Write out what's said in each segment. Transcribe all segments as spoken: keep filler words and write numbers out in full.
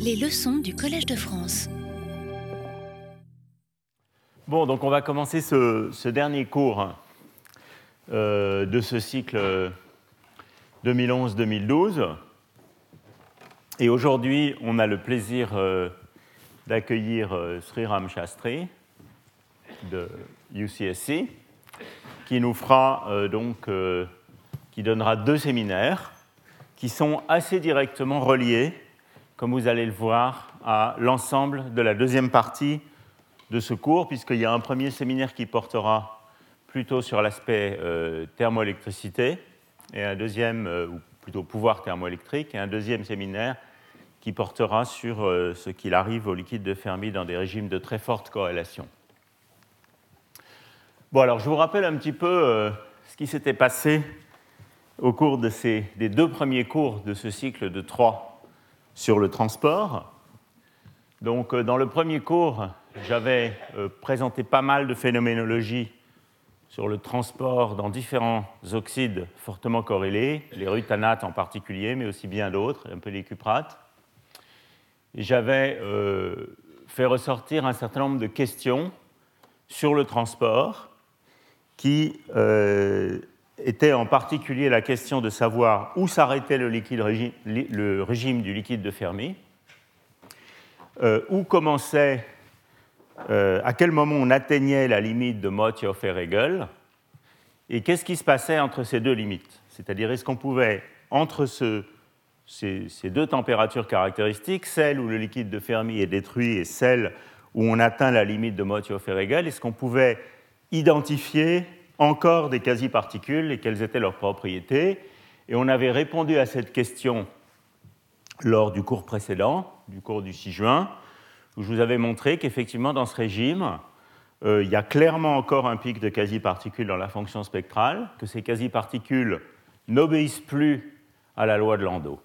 Les leçons du Collège de France. Bon, donc on va commencer ce, ce dernier cours euh, de ce cycle deux mille onze deux mille douze. Et aujourd'hui, on a le plaisir euh, d'accueillir euh, Sriram Shastri de U C S C, qui nous fera euh, donc, euh, qui donnera deux séminaires qui sont assez directement reliés, comme vous allez le voir, à l'ensemble de la deuxième partie de ce cours, puisqu'il y a un premier séminaire qui portera plutôt sur l'aspect euh, thermoélectricité, et un deuxième, euh, ou plutôt pouvoir thermoélectrique, et un deuxième séminaire qui portera sur euh, ce qu'il arrive au liquide de Fermi dans des régimes de très forte corrélation. Bon, alors je vous rappelle un petit peu euh, ce qui s'était passé au cours de ces, des deux premiers cours de ce cycle de trois sur le transport. Donc, euh, dans le premier cours, j'avais euh, présenté pas mal de phénoménologie sur le transport dans différents oxydes fortement corrélés, les rutanates en particulier, mais aussi bien d'autres, un peu les cuprates. Et j'avais euh, fait ressortir un certain nombre de questions sur le transport qui euh, étaient en particulier la question de savoir où s'arrêtait le, liquide régi- le régime du liquide de Fermi, euh, où commençait, euh, à quel moment on atteignait la limite de Mott-Joffe-Regel, et qu'est-ce qui se passait entre ces deux limites. C'est-à-dire, est-ce qu'on pouvait, entre ce, ces, ces deux températures caractéristiques, celle où le liquide de Fermi est détruit et celle où on atteint la limite de Mott-Joffe-Regel, est-ce qu'on pouvait identifier encore des quasi-particules et quelles étaient leurs propriétés? Et on avait répondu à cette question lors du cours précédent, du cours du six juin, où je vous avais montré qu'effectivement, dans ce régime, euh, il y a clairement encore un pic de quasi-particules dans la fonction spectrale, que ces quasi-particules n'obéissent plus à la loi de Landau.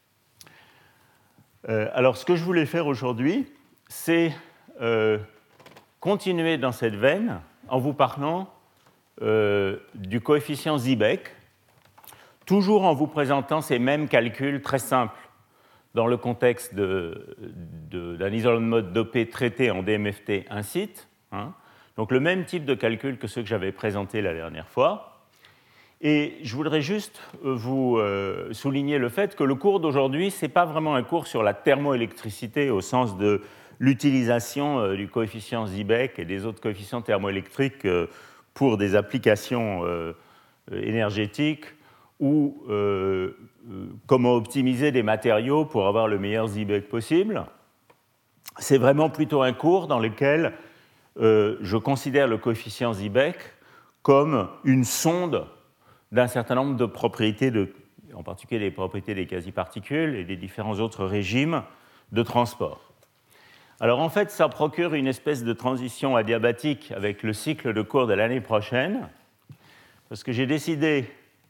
Euh, alors, ce que je voulais faire aujourd'hui, c'est euh, continuer dans cette veine en vous parlant euh, du coefficient Seebeck, toujours en vous présentant ces mêmes calculs très simples dans le contexte de, de, d'un isolant de mode dopé traité en D M F T incite. Hein. Donc le même type de calcul que ceux que j'avais présentés la dernière fois. Et je voudrais juste vous euh, souligner le fait que le cours d'aujourd'hui, ce n'est pas vraiment un cours sur la thermoélectricité au sens de l'utilisation euh, du coefficient Seebeck et des autres coefficients thermoélectriques euh, pour des applications euh, énergétiques ou euh, euh, comment optimiser des matériaux pour avoir le meilleur Seebeck possible. C'est vraiment plutôt un cours dans lequel euh, je considère le coefficient Seebeck comme une sonde d'un certain nombre de propriétés, de, en particulier les propriétés des quasi-particules et des différents autres régimes de transport. Alors en fait, ça procure une espèce de transition adiabatique avec le cycle de cours de l'année prochaine, parce que j'ai décidé,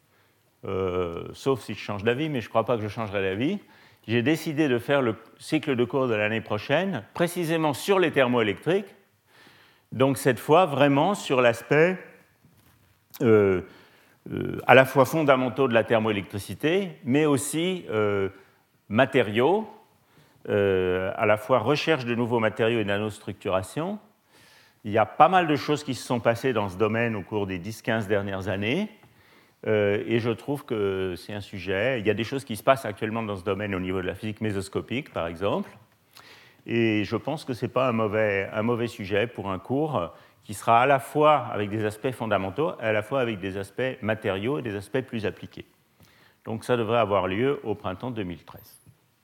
euh, sauf si je change d'avis, mais je ne crois pas que je changerai d'avis, j'ai décidé de faire le cycle de cours de l'année prochaine précisément sur les thermoélectriques, donc cette fois vraiment sur l'aspect euh, euh, à la fois fondamentaux de la thermoélectricité, mais aussi euh, matériaux, euh, à la fois recherche de nouveaux matériaux et nanostructuration. Il y a pas mal de choses qui se sont passées dans ce domaine au cours des dix quinze dernières années, euh, et je trouve que c'est un sujet. Il y a des choses qui se passent actuellement dans ce domaine au niveau de la physique mésoscopique, par exemple, et je pense que ce n'est pas un mauvais, un mauvais sujet pour un cours qui sera à la fois avec des aspects fondamentaux, à la fois avec des aspects matériaux et des aspects plus appliqués. Donc ça devrait avoir lieu au printemps deux mille treize.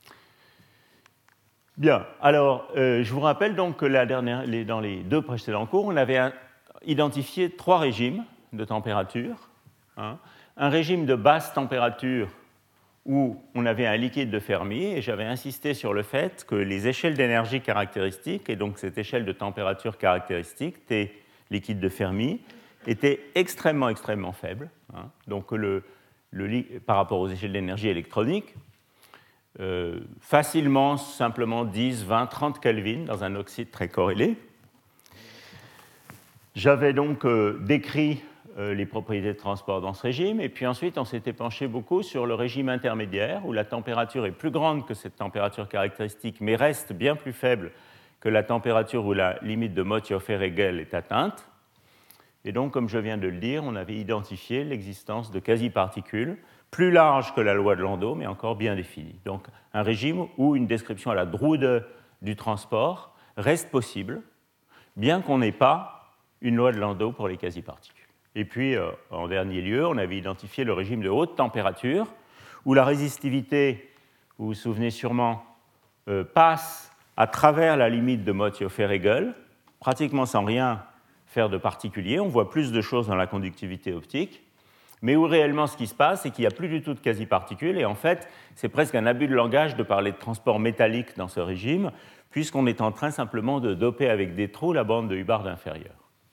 Bien, alors euh, je vous rappelle donc que la dernière, les, dans les deux précédents cours, on avait un, identifié trois régimes de température. Hein. Un régime de basse température où on avait un liquide de Fermi, et j'avais insisté sur le fait que les échelles d'énergie caractéristiques, et donc cette échelle de température caractéristique, T liquide de Fermi, étaient extrêmement, extrêmement faibles. Hein. Donc le, le, par rapport aux échelles d'énergie électronique, Euh, facilement, simplement dix, vingt, trente Kelvin dans un oxyde très corrélé. J'avais donc euh, décrit euh, les propriétés de transport dans ce régime. Et puis ensuite, on s'était penché beaucoup sur le régime intermédiaire, où la température est plus grande que cette température caractéristique, mais reste bien plus faible que la température où la limite de Mottiofer-Hegel est atteinte. Et donc, comme je viens de le dire, on avait identifié l'existence de quasi-particules plus larges que la loi de Landau, mais encore bien définies. Donc, un régime où une description à la Drude du transport reste possible, bien qu'on n'ait pas une loi de Landau pour les quasi-particules. Et puis, euh, en dernier lieu, on avait identifié le régime de haute température, où la résistivité, vous vous souvenez sûrement, euh, passe à travers la limite de Mottiofer-Hegel, pratiquement sans rien faire de particulier. On voit plus de choses dans la conductivité optique, mais où réellement ce qui se passe, c'est qu'il n'y a plus du tout de quasi-particules, et en fait, c'est presque un abus de langage de parler de transport métallique dans ce régime, puisqu'on est en train simplement de doper avec des trous la bande de Hubbard inférieure.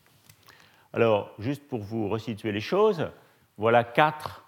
Alors, juste pour vous resituer les choses, voilà quatre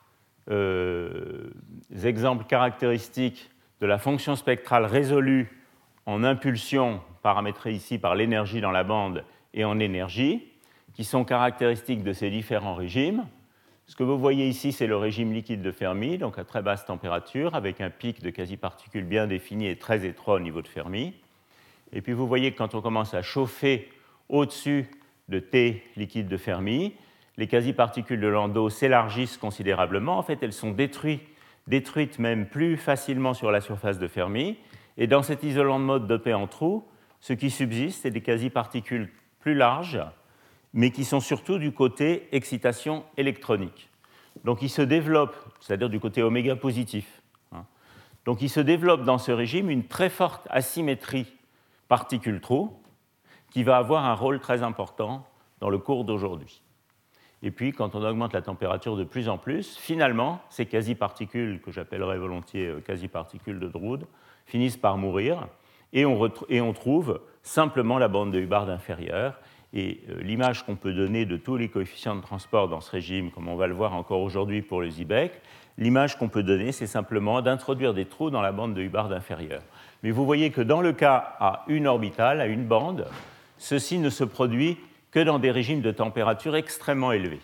euh, exemples caractéristiques de la fonction spectrale résolue en impulsion, paramétrée ici par l'énergie dans la bande, et en énergie, qui sont caractéristiques de ces différents régimes. Ce que vous voyez ici, c'est le régime liquide de Fermi, donc à très basse température, avec un pic de quasi-particules bien défini et très étroit au niveau de Fermi. Et puis vous voyez que quand on commence à chauffer au-dessus de T liquide de Fermi, les quasi-particules de Landau s'élargissent considérablement. En fait, elles sont détruites, détruites même plus facilement sur la surface de Fermi. Et dans cet isolant de mode dopé en trous, ce qui subsiste, c'est des quasi-particules plus larges, mais qui sont surtout du côté excitation électronique. Donc il se développe, c'est-à-dire du côté oméga positif. Donc il se développe dans ce régime une très forte asymétrie particules-trous qui va avoir un rôle très important dans le cours d'aujourd'hui. Et puis, quand on augmente la température de plus en plus, finalement, ces quasi-particules, que j'appellerais volontiers quasi-particules de Drude, finissent par mourir, et on, retr- et on trouve simplement la bande de Hubbard inférieure. Et euh, l'image qu'on peut donner de tous les coefficients de transport dans ce régime, comme on va le voir encore aujourd'hui pour le Zibek, l'image qu'on peut donner, c'est simplement d'introduire des trous dans la bande de Hubbard inférieure. Mais vous voyez que dans le cas à une orbitale, à une bande, ceci ne se produit que dans des régimes de température extrêmement élevés.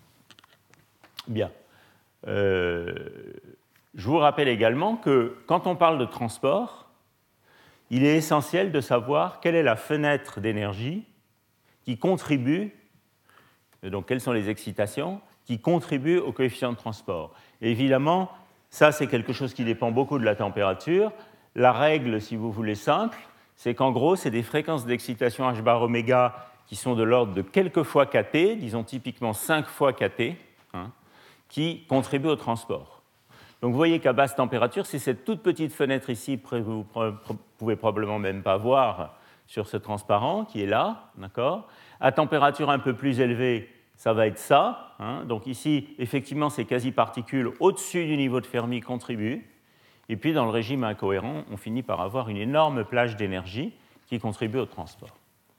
Bien. Euh, je vous rappelle également que quand on parle de transport, il est essentiel de savoir quelle est la fenêtre d'énergie qui contribuent, donc quelles sont les excitations, qui contribuent au coefficient de transport. Et évidemment, ça c'est quelque chose qui dépend beaucoup de la température. La règle, si vous voulez, simple, c'est qu'en gros, c'est des fréquences d'excitation H bar oméga qui sont de l'ordre de quelques fois kT, disons typiquement cinq fois kT, hein, qui contribuent au transport. Donc vous voyez qu'à basse température, c'est cette toute petite fenêtre ici, que vous ne pouvez probablement même pas voir, sur ce transparent qui est là, d'accord. À température un peu plus élevée, ça va être ça. Hein. Donc ici, effectivement, ces quasi-particules au-dessus du niveau de Fermi contribuent. Et puis, dans le régime incohérent, on finit par avoir une énorme plage d'énergie qui contribue au transport.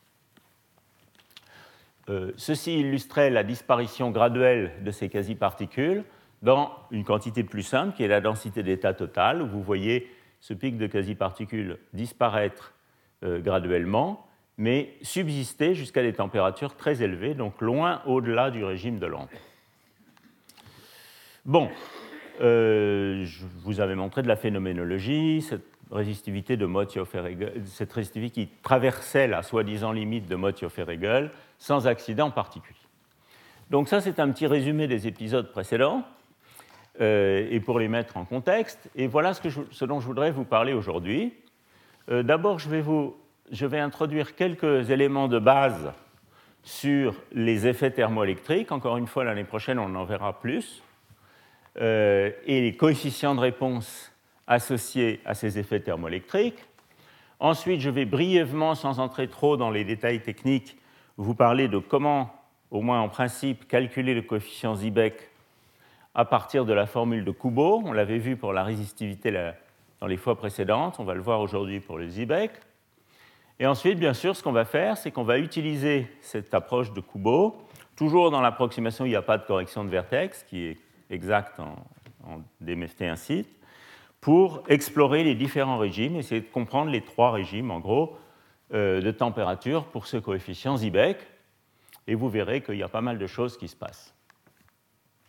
Euh, ceci illustrait la disparition graduelle de ces quasi-particules dans une quantité plus simple, qui est la densité d'état total, où vous voyez ce pic de quasi-particules disparaître Euh, graduellement, mais subsister jusqu'à des températures très élevées, donc loin au-delà du régime de Landau. Bon, euh, je vous avais montré de la phénoménologie, cette résistivité de Mottiofer-Hegel, cette résistivité qui traversait la soi-disant limite de Mottiofer-Hegel sans accident particulier. Donc ça, c'est un petit résumé des épisodes précédents, euh, et pour les mettre en contexte, et voilà ce, que je, ce dont je voudrais vous parler aujourd'hui. Euh, d'abord, je vais, vous, je vais introduire quelques éléments de base sur les effets thermoélectriques. Encore une fois, l'année prochaine, on en verra plus. Euh, et les coefficients de réponse associés à ces effets thermoélectriques. Ensuite, je vais brièvement, sans entrer trop dans les détails techniques, vous parler de comment, au moins en principe, calculer le coefficient Zibek à partir de la formule de Kubo. On l'avait vu pour la résistivité la, dans les fois précédentes, on va le voir aujourd'hui pour le Zibek. Et ensuite, bien sûr, ce qu'on va faire, c'est qu'on va utiliser cette approche de Kubo, toujours dans l'approximation, il n'y a pas de correction de vertex, qui est exacte en, en D M F T incite, pour explorer les différents régimes, essayer de comprendre les trois régimes, en gros, euh, de température pour ce coefficient Zibek. Et vous verrez qu'il y a pas mal de choses qui se passent.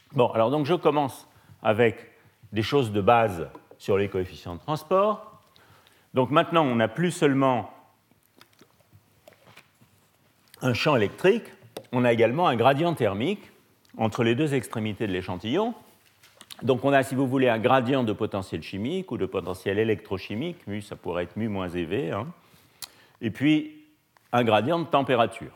Bon, alors donc je commence avec des choses de base sur les coefficients de transport. Donc maintenant, on n'a plus seulement un champ électrique, on a également un gradient thermique entre les deux extrémités de l'échantillon. Donc on a, si vous voulez, un gradient de potentiel chimique ou de potentiel électrochimique, mu, ça pourrait être mu moins E V, hein, et puis un gradient de température.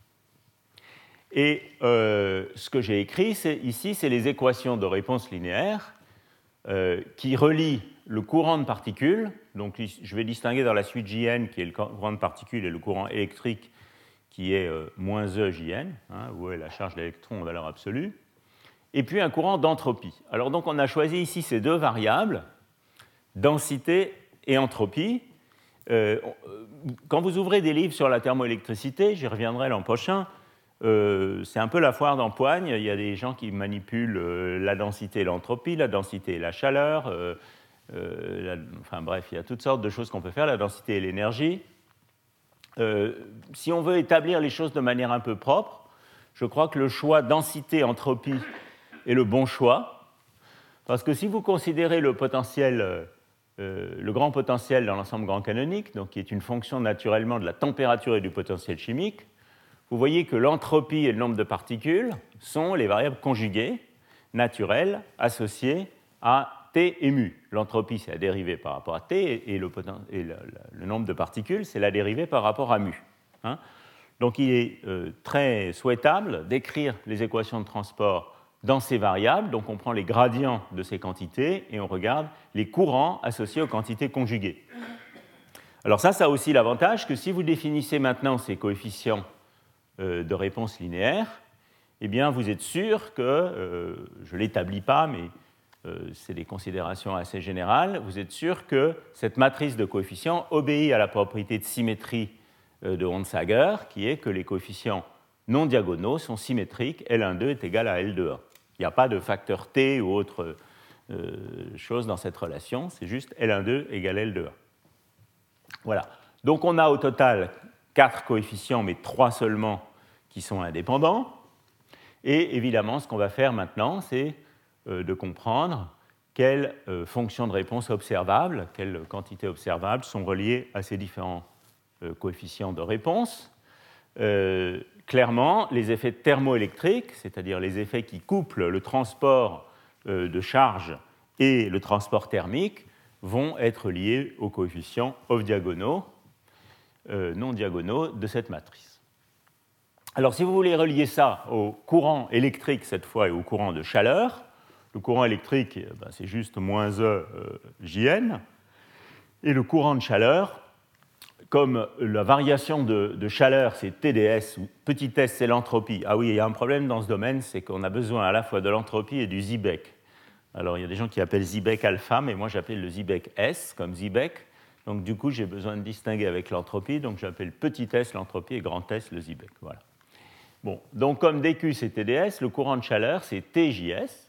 Et euh, ce que j'ai écrit c'est, ici, c'est les équations de réponse linéaire euh, qui relient le courant de particules. Donc je vais distinguer dans la suite J N, qui est le courant de particules, et le courant électrique, qui est euh, moins E J N, hein, où est la charge d'électron en valeur absolue, et puis un courant d'entropie. Alors donc on a choisi ici ces deux variables, densité et entropie. Euh, quand vous ouvrez des livres sur la thermoélectricité, j'y reviendrai l'an prochain, euh, c'est un peu la foire d'empoigne. Il y a des gens qui manipulent euh, la densité et l'entropie, la densité et la chaleur, euh, euh, la, enfin bref, il y a toutes sortes de choses qu'on peut faire, la densité et l'énergie. Euh, si on veut établir les choses de manière un peu propre, je crois que le choix densité-entropie est le bon choix, parce que si vous considérez le potentiel, euh, le grand potentiel dans l'ensemble grand canonique, donc qui est une fonction naturellement de la température et du potentiel chimique, vous voyez que l'entropie et le nombre de particules sont les variables conjuguées naturelles associées à T et mu. L'entropie, c'est la dérivée par rapport à T, et le, poten- et le, le nombre de particules, c'est la dérivée par rapport à mu. Hein. Donc il est euh, très souhaitable d'écrire les équations de transport dans ces variables. Donc on prend les gradients de ces quantités et on regarde les courants associés aux quantités conjuguées. Alors ça, ça a aussi l'avantage que si vous définissez maintenant ces coefficients euh, de réponse linéaire, eh bien vous êtes sûr que, euh, je ne l'établis pas, mais euh, c'est des considérations assez générales, vous êtes sûr que cette matrice de coefficients obéit à la propriété de symétrie de Onsager, qui est que les coefficients non diagonaux sont symétriques, L un deux est égal à L deux un. Il n'y a pas de facteur T ou autre euh, chose dans cette relation, c'est juste L un deux égale L deux un. Voilà. Donc on a au total quatre coefficients, mais trois seulement qui sont indépendants. Et évidemment, ce qu'on va faire maintenant, c'est euh, de comprendre quelles euh, fonctions de réponse observables, quelles quantités observables sont reliées à ces différents euh, coefficients de réponse. Euh, clairement, les effets thermoélectriques, c'est-à-dire les effets qui couplent le transport euh, de charge et le transport thermique, vont être liés aux coefficients off-diagonaux, euh, non diagonaux de cette matrice. Alors, si vous voulez relier ça au courant électrique cette fois et au courant de chaleur, le courant électrique, ben, c'est juste moins E euh, J N, et le courant de chaleur, comme la variation de, de chaleur, c'est T D S, ou petit s, c'est l'entropie. Ah oui, il y a un problème dans ce domaine, c'est qu'on a besoin à la fois de l'entropie et du Seebeck. Alors, il y a des gens qui appellent Seebeck alpha, mais moi, j'appelle le Seebeck S, comme Seebeck. Donc, du coup, j'ai besoin de distinguer avec l'entropie. Donc, j'appelle petit s l'entropie et grand S le Seebeck. Voilà. Bon, donc, comme D Q, c'est T D S, le courant de chaleur, c'est T J S.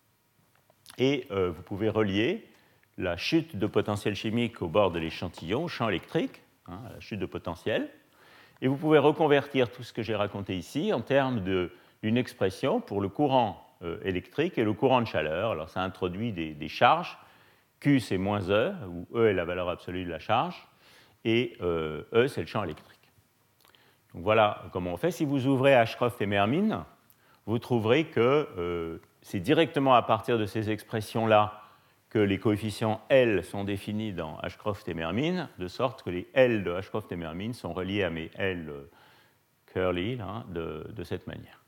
Et euh, vous pouvez relier la chute de potentiel chimique au bord de l'échantillon, au champ électrique, hein, à la chute de potentiel. Et vous pouvez reconvertir tout ce que j'ai raconté ici en termes de, d'une expression pour le courant euh, électrique et le courant de chaleur. Alors, ça introduit des, des charges. Q, c'est moins E, où E est la valeur absolue de la charge, et euh, E, c'est le champ électrique. Donc, voilà comment on fait. Si vous ouvrez Ashcroft et Mermin, vous trouverez que euh, c'est directement à partir de ces expressions-là que les coefficients L sont définis dans Ashcroft et Mermin, de sorte que les L de Ashcroft et Mermin sont reliés à mes L euh, curly là, de, de cette manière.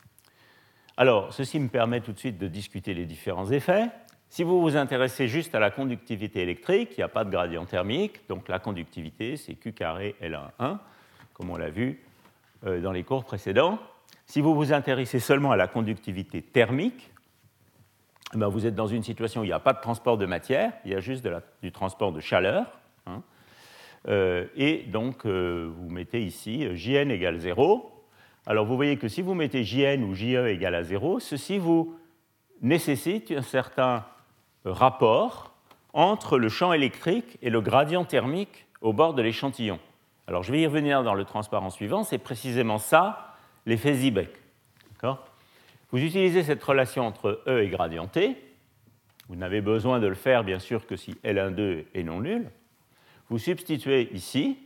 Alors, ceci me permet tout de suite de discuter les différents effets. Si vous vous intéressez juste à la conductivité électrique, il n'y a pas de gradient thermique, donc la conductivité, c'est Q carré L un un, comme on l'a vu euh, dans les cours précédents. Si vous vous intéressez seulement à la conductivité thermique, eh bien vous êtes dans une situation où il n'y a pas de transport de matière, il y a juste de la, du transport de chaleur. Hein, euh, et donc, euh, vous mettez ici J N égale zéro. Alors, vous voyez que si vous mettez J N ou J E égale à zéro, ceci vous nécessite un certain rapport entre le champ électrique et le gradient thermique au bord de l'échantillon. Alors, je vais y revenir dans le transparent suivant, c'est précisément ça, l'effet Seebeck. D'accord ? Vous utilisez cette relation entre E et gradient T. Vous n'avez besoin de le faire, bien sûr, que si L un deux est non nul. Vous substituez ici,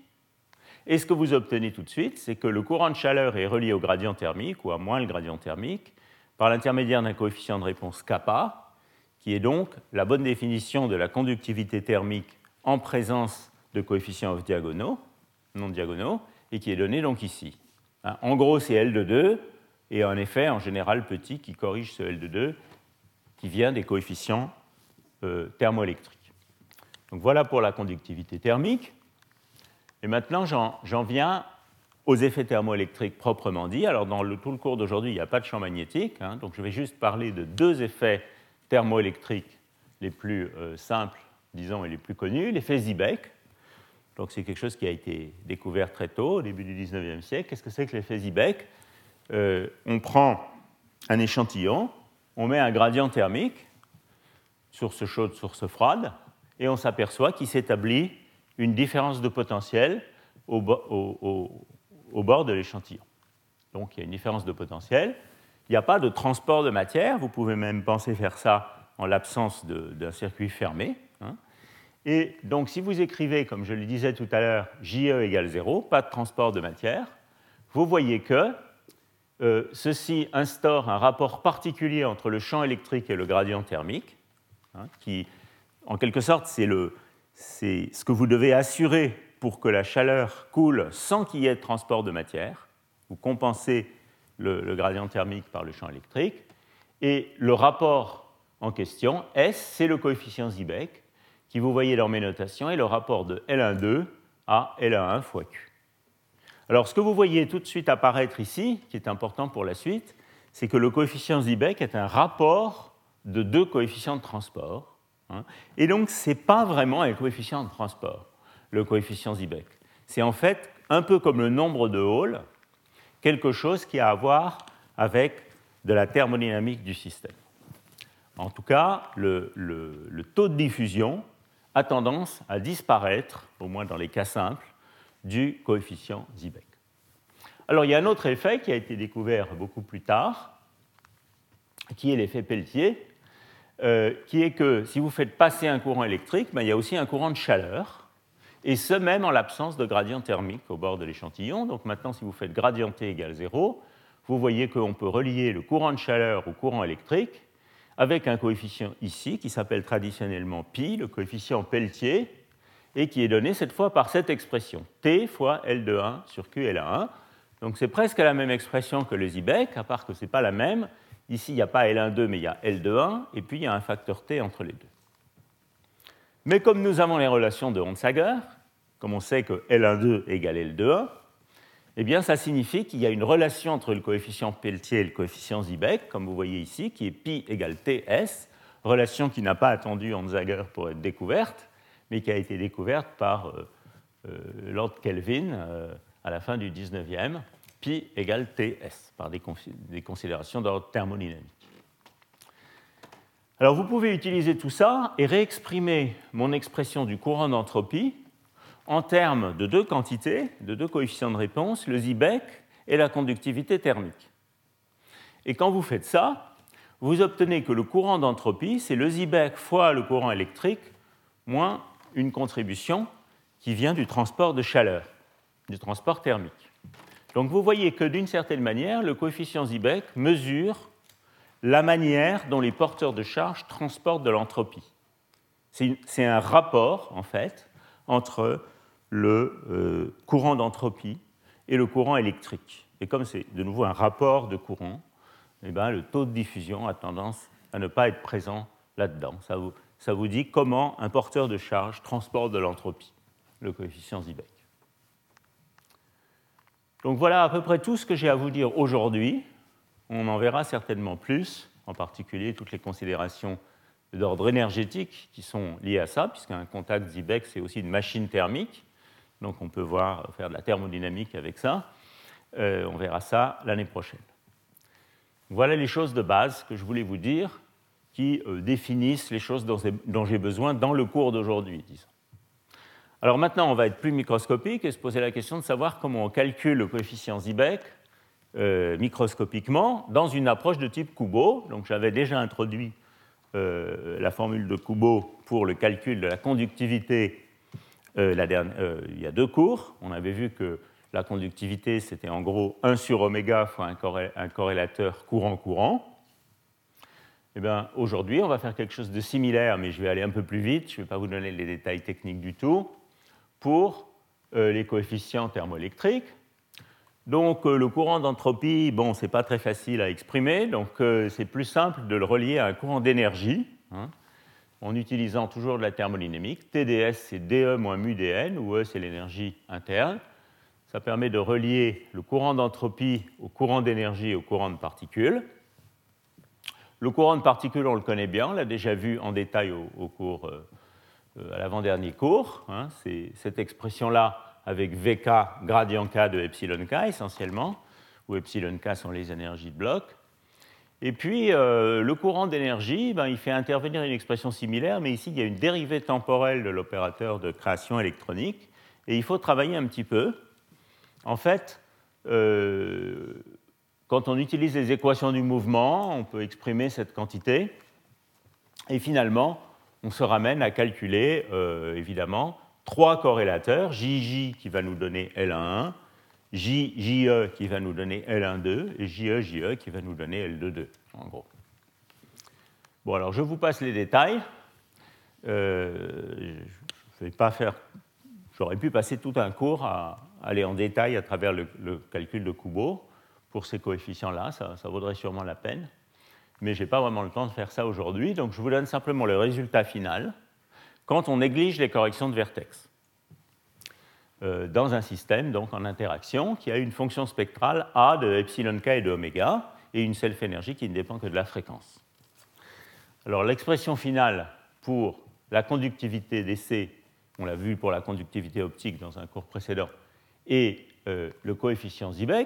et ce que vous obtenez tout de suite, c'est que le courant de chaleur est relié au gradient thermique, ou à moins le gradient thermique, par l'intermédiaire d'un coefficient de réponse kappa, qui est donc la bonne définition de la conductivité thermique en présence de coefficients off diagonaux, non diagonaux, et qui est donné donc ici. En gros, c'est L de deux, et un effet en général petit qui corrige ce L de deux, qui vient des coefficients euh, thermoélectriques. Donc voilà pour la conductivité thermique. Et maintenant, j'en, j'en viens aux effets thermoélectriques proprement dits. Alors, dans le, tout le cours d'aujourd'hui, il n'y a pas de champ magnétique, hein, donc je vais juste parler de deux effets thermoélectriques les plus euh, simples, disons, et les plus connus. L'effet Seebeck. Donc, c'est quelque chose qui a été découvert très tôt, au début du dix-neuvième siècle. Qu'est-ce que c'est que l'effet Seebeck? euh, On prend un échantillon, on met un gradient thermique, source chaude, source froide, et on s'aperçoit qu'il s'établit une différence de potentiel au, au, au, au bord de l'échantillon. Donc, il y a une différence de potentiel. Il n'y a pas de transport de matière. Vous pouvez même penser faire ça en l'absence de, d'un circuit fermé. Hein. Et donc, si vous écrivez, comme je le disais tout à l'heure, J E égale zéro, pas de transport de matière, vous voyez que euh, ceci instaure un rapport particulier entre le champ électrique et le gradient thermique, hein, qui, en quelque sorte, c'est le... c'est ce que vous devez assurer pour que la chaleur coule sans qu'il y ait de transport de matière. Vous compensez le, le gradient thermique par le champ électrique. Et le rapport en question, S, c'est le coefficient Seebeck, qui vous voyez dans mes notations, est le rapport de L un deux à L un un fois Q. Alors, ce que vous voyez tout de suite apparaître ici, qui est important pour la suite, c'est que le coefficient Seebeck est un rapport de deux coefficients de transport. Et donc, ce n'est pas vraiment un coefficient de transport, le coefficient Seebeck. C'est en fait, un peu comme le nombre de Hall, quelque chose qui a à voir avec de la thermodynamique du système. En tout cas, le, le, le taux de diffusion a tendance à disparaître, au moins dans les cas simples, du coefficient Seebeck. Alors, il y a un autre effet qui a été découvert beaucoup plus tard, qui est l'effet Peltier, Euh, qui est que si vous faites passer un courant électrique, ben, il y a aussi un courant de chaleur, et ce même en l'absence de gradient thermique au bord de l'échantillon. Donc maintenant, si vous faites gradient T égale zéro, vous voyez qu'on peut relier le courant de chaleur au courant électrique avec un coefficient ici qui s'appelle traditionnellement pi, le coefficient Peltier, et qui est donné cette fois par cette expression, T fois L de un sur Q L un. Donc c'est presque la même expression que le Seebeck, à part que ce n'est pas la même. Ici, il n'y a pas L un deux, mais il y a L deux un, et puis il y a un facteur T entre les deux. Mais comme nous avons les relations de Onsager, comme on sait que L un deux égale L deux un, eh bien, ça signifie qu'il y a une relation entre le coefficient Peltier et le coefficient Seebeck, comme vous voyez ici, qui est pi égale T S, relation qui n'a pas attendu Onsager pour être découverte, mais qui a été découverte par euh, euh, Lord Kelvin euh, à la fin du dix-neuvième, pi égale T S, par des, cons- des considérations d'ordre thermodynamique. Alors vous pouvez utiliser tout ça et réexprimer mon expression du courant d'entropie en termes de deux quantités, de deux coefficients de réponse, le Seebeck et la conductivité thermique. Et quand vous faites ça, vous obtenez que le courant d'entropie, c'est le Seebeck fois le courant électrique moins une contribution qui vient du transport de chaleur, du transport thermique. Donc vous voyez que d'une certaine manière, le coefficient Seebeck mesure la manière dont les porteurs de charge transportent de l'entropie. C'est, c'est un rapport, en fait, entre le euh, courant d'entropie et le courant électrique. Et comme c'est de nouveau un rapport de courant, eh bien, le taux de diffusion a tendance à ne pas être présent là-dedans. Ça vous, ça vous dit comment un porteur de charge transporte de l'entropie, le coefficient Seebeck. Donc voilà à peu près tout ce que j'ai à vous dire aujourd'hui. On en verra certainement plus, en particulier toutes les considérations d'ordre énergétique qui sont liées à ça, puisqu'un contact Seebeck, c'est aussi une machine thermique. Donc on peut voir, faire de la thermodynamique avec ça. Euh, on verra ça l'année prochaine. Voilà les choses de base que je voulais vous dire, qui euh, définissent les choses dont, dont j'ai besoin dans le cours d'aujourd'hui, disons. Alors maintenant, on va être plus microscopique et se poser la question de savoir comment on calcule le coefficient Seebeck euh, microscopiquement dans une approche de type Kubo. Donc j'avais déjà introduit euh, la formule de Kubo pour le calcul de la conductivité euh, la dernière, euh, il y a deux cours. On avait vu que la conductivité, c'était en gros un sur oméga fois un, corré un corrélateur courant-courant. Eh bien, aujourd'hui, on va faire quelque chose de similaire, mais je vais aller un peu plus vite, je ne vais pas vous donner les détails techniques du tout, pour euh, les coefficients thermoélectriques. Donc, euh, le courant d'entropie, bon, ce n'est pas très facile à exprimer, donc euh, c'est plus simple de le relier à un courant d'énergie, hein, en utilisant toujours de la thermodynamique. T D S, c'est dE moins mu dN, où E, c'est l'énergie interne. Ça permet de relier le courant d'entropie au courant d'énergie et au courant de particules. Le courant de particules, on le connaît bien, on l'a déjà vu en détail au, au cours, euh, à l'avant-dernier cours. Hein, c'est cette expression-là avec V K gradient K de epsilon K essentiellement, où epsilon K sont les énergies de bloc. Et puis, euh, le courant d'énergie, ben, il fait intervenir une expression similaire, mais ici, il y a une dérivée temporelle de l'opérateur de création électronique, et il faut travailler un petit peu. En fait, euh, quand on utilise les équations du mouvement, on peut exprimer cette quantité. Et finalement, on se ramène à calculer, euh, évidemment, trois corrélateurs, J J qui va nous donner L un un, J J E qui va nous donner L un deux et J E J E qui va nous donner L deux deux, en gros. Bon, alors je vous passe les détails. Euh, je ne vais pas faire... J'aurais pu passer tout un cours à aller en détail à travers le, le calcul de Kubo. Pour ces coefficients-là, ça, ça vaudrait sûrement la peine. Mais je n'ai pas vraiment le temps de faire ça aujourd'hui, donc je vous donne simplement le résultat final quand on néglige les corrections de vertex euh, dans un système donc en interaction qui a une fonction spectrale A de epsilon k et de oméga et une self-énergie qui ne dépend que de la fréquence. Alors l'expression finale pour la conductivité D C, on l'a vu pour la conductivité optique dans un cours précédent, et euh, le coefficient Seebeck,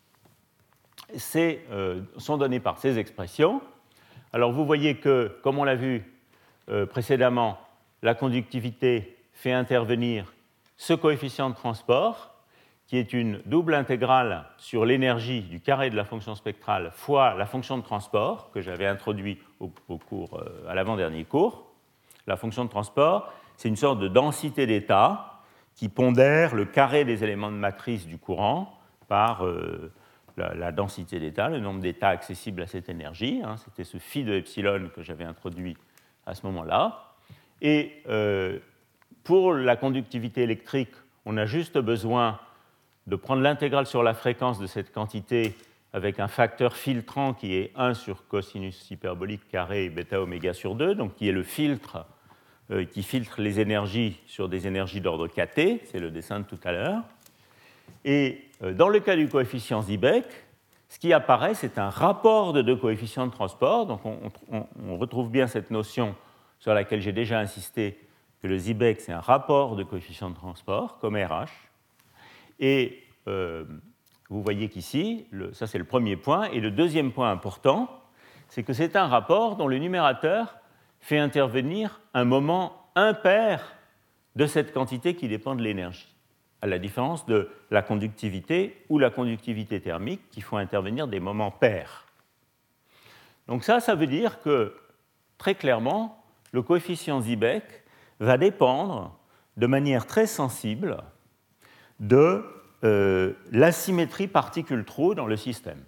C'est, euh, sont donnés par ces expressions. Alors vous voyez que, comme on l'a vu euh, précédemment, la conductivité fait intervenir ce coefficient de transport, qui est une double intégrale sur l'énergie du carré de la fonction spectrale fois la fonction de transport, que j'avais introduit au, au cours, euh, à l'avant-dernier cours. La fonction de transport, c'est une sorte de densité d'état qui pondère le carré des éléments de matrice du courant par... Euh, La, la densité d'état, le nombre d'états accessibles à cette énergie. Hein, c'était ce phi de epsilon que j'avais introduit à ce moment-là. Et euh, pour la conductivité électrique, on a juste besoin de prendre l'intégrale sur la fréquence de cette quantité avec un facteur filtrant qui est un sur cosinus hyperbolique carré bêta oméga sur deux, donc qui est le filtre euh, qui filtre les énergies sur des énergies d'ordre kT, c'est le dessin de tout à l'heure. Et dans le cas du coefficient Seebeck, ce qui apparaît, c'est un rapport de deux coefficients de transport. Donc on, on, on retrouve bien cette notion sur laquelle j'ai déjà insisté, que le Seebeck, c'est un rapport de coefficients de transport, comme R H. Et euh, vous voyez qu'ici, le, ça c'est le premier point. Et le deuxième point important, c'est que c'est un rapport dont le numérateur fait intervenir un moment impair de cette quantité qui dépend de l'énergie, à la différence de la conductivité ou la conductivité thermique qui font intervenir des moments pairs. Donc ça, ça veut dire que, très clairement, le coefficient Seebeck va dépendre de manière très sensible de euh, l'asymétrie particule-trou dans le système.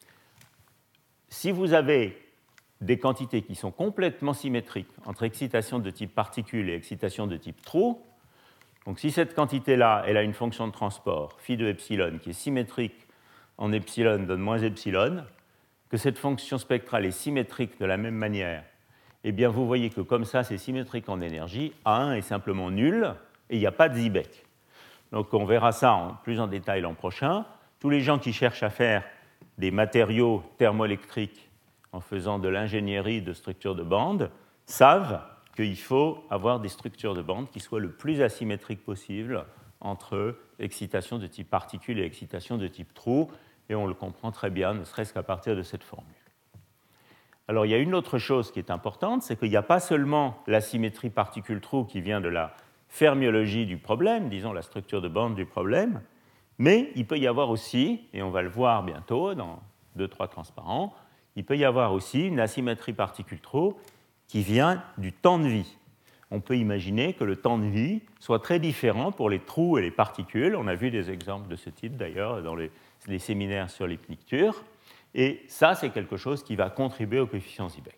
Si vous avez des quantités qui sont complètement symétriques entre excitation de type particule et excitation de type trou, donc si cette quantité-là, elle a une fonction de transport, phi de epsilon, qui est symétrique en epsilon donne moins epsilon, que cette fonction spectrale est symétrique de la même manière, eh bien vous voyez que comme ça, c'est symétrique en énergie, A un est simplement nul, et il n'y a pas de Seebeck. Donc on verra ça en, plus en détail l'an prochain. Tous les gens qui cherchent à faire des matériaux thermoélectriques en faisant de l'ingénierie de structures de bande savent qu'il faut avoir des structures de bande qui soient le plus asymétriques possible entre excitation de type particule et excitation de type trou, et on le comprend très bien, ne serait-ce qu'à partir de cette formule. Alors il y a une autre chose qui est importante, c'est qu'il n'y a pas seulement la symétrie particule-trou qui vient de la fermiologie du problème, disons la structure de bande du problème, Mais il peut y avoir aussi, et on va le voir bientôt dans deux trois transparents, il peut y avoir aussi une asymétrie particule-trou qui vient du temps de vie. On peut imaginer que le temps de vie soit très différent pour les trous et les particules. On a vu des exemples de ce type d'ailleurs dans les, les séminaires sur les pnictures. Et ça, c'est quelque chose qui va contribuer au coefficient Seebeck.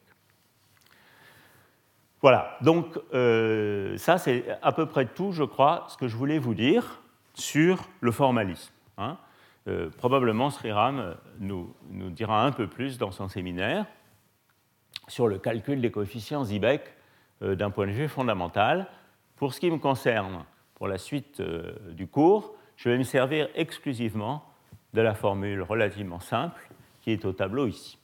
Voilà, donc euh, ça, c'est à peu près tout, je crois, ce que je voulais vous dire sur le formalisme. Hein. Euh, probablement, Sriram nous, nous dira un peu plus dans son séminaire sur le calcul des coefficients Seebeck euh, d'un point de vue fondamental. Pour ce qui me concerne, pour la suite euh, du cours, je vais me servir exclusivement de la formule relativement simple qui est au tableau ici.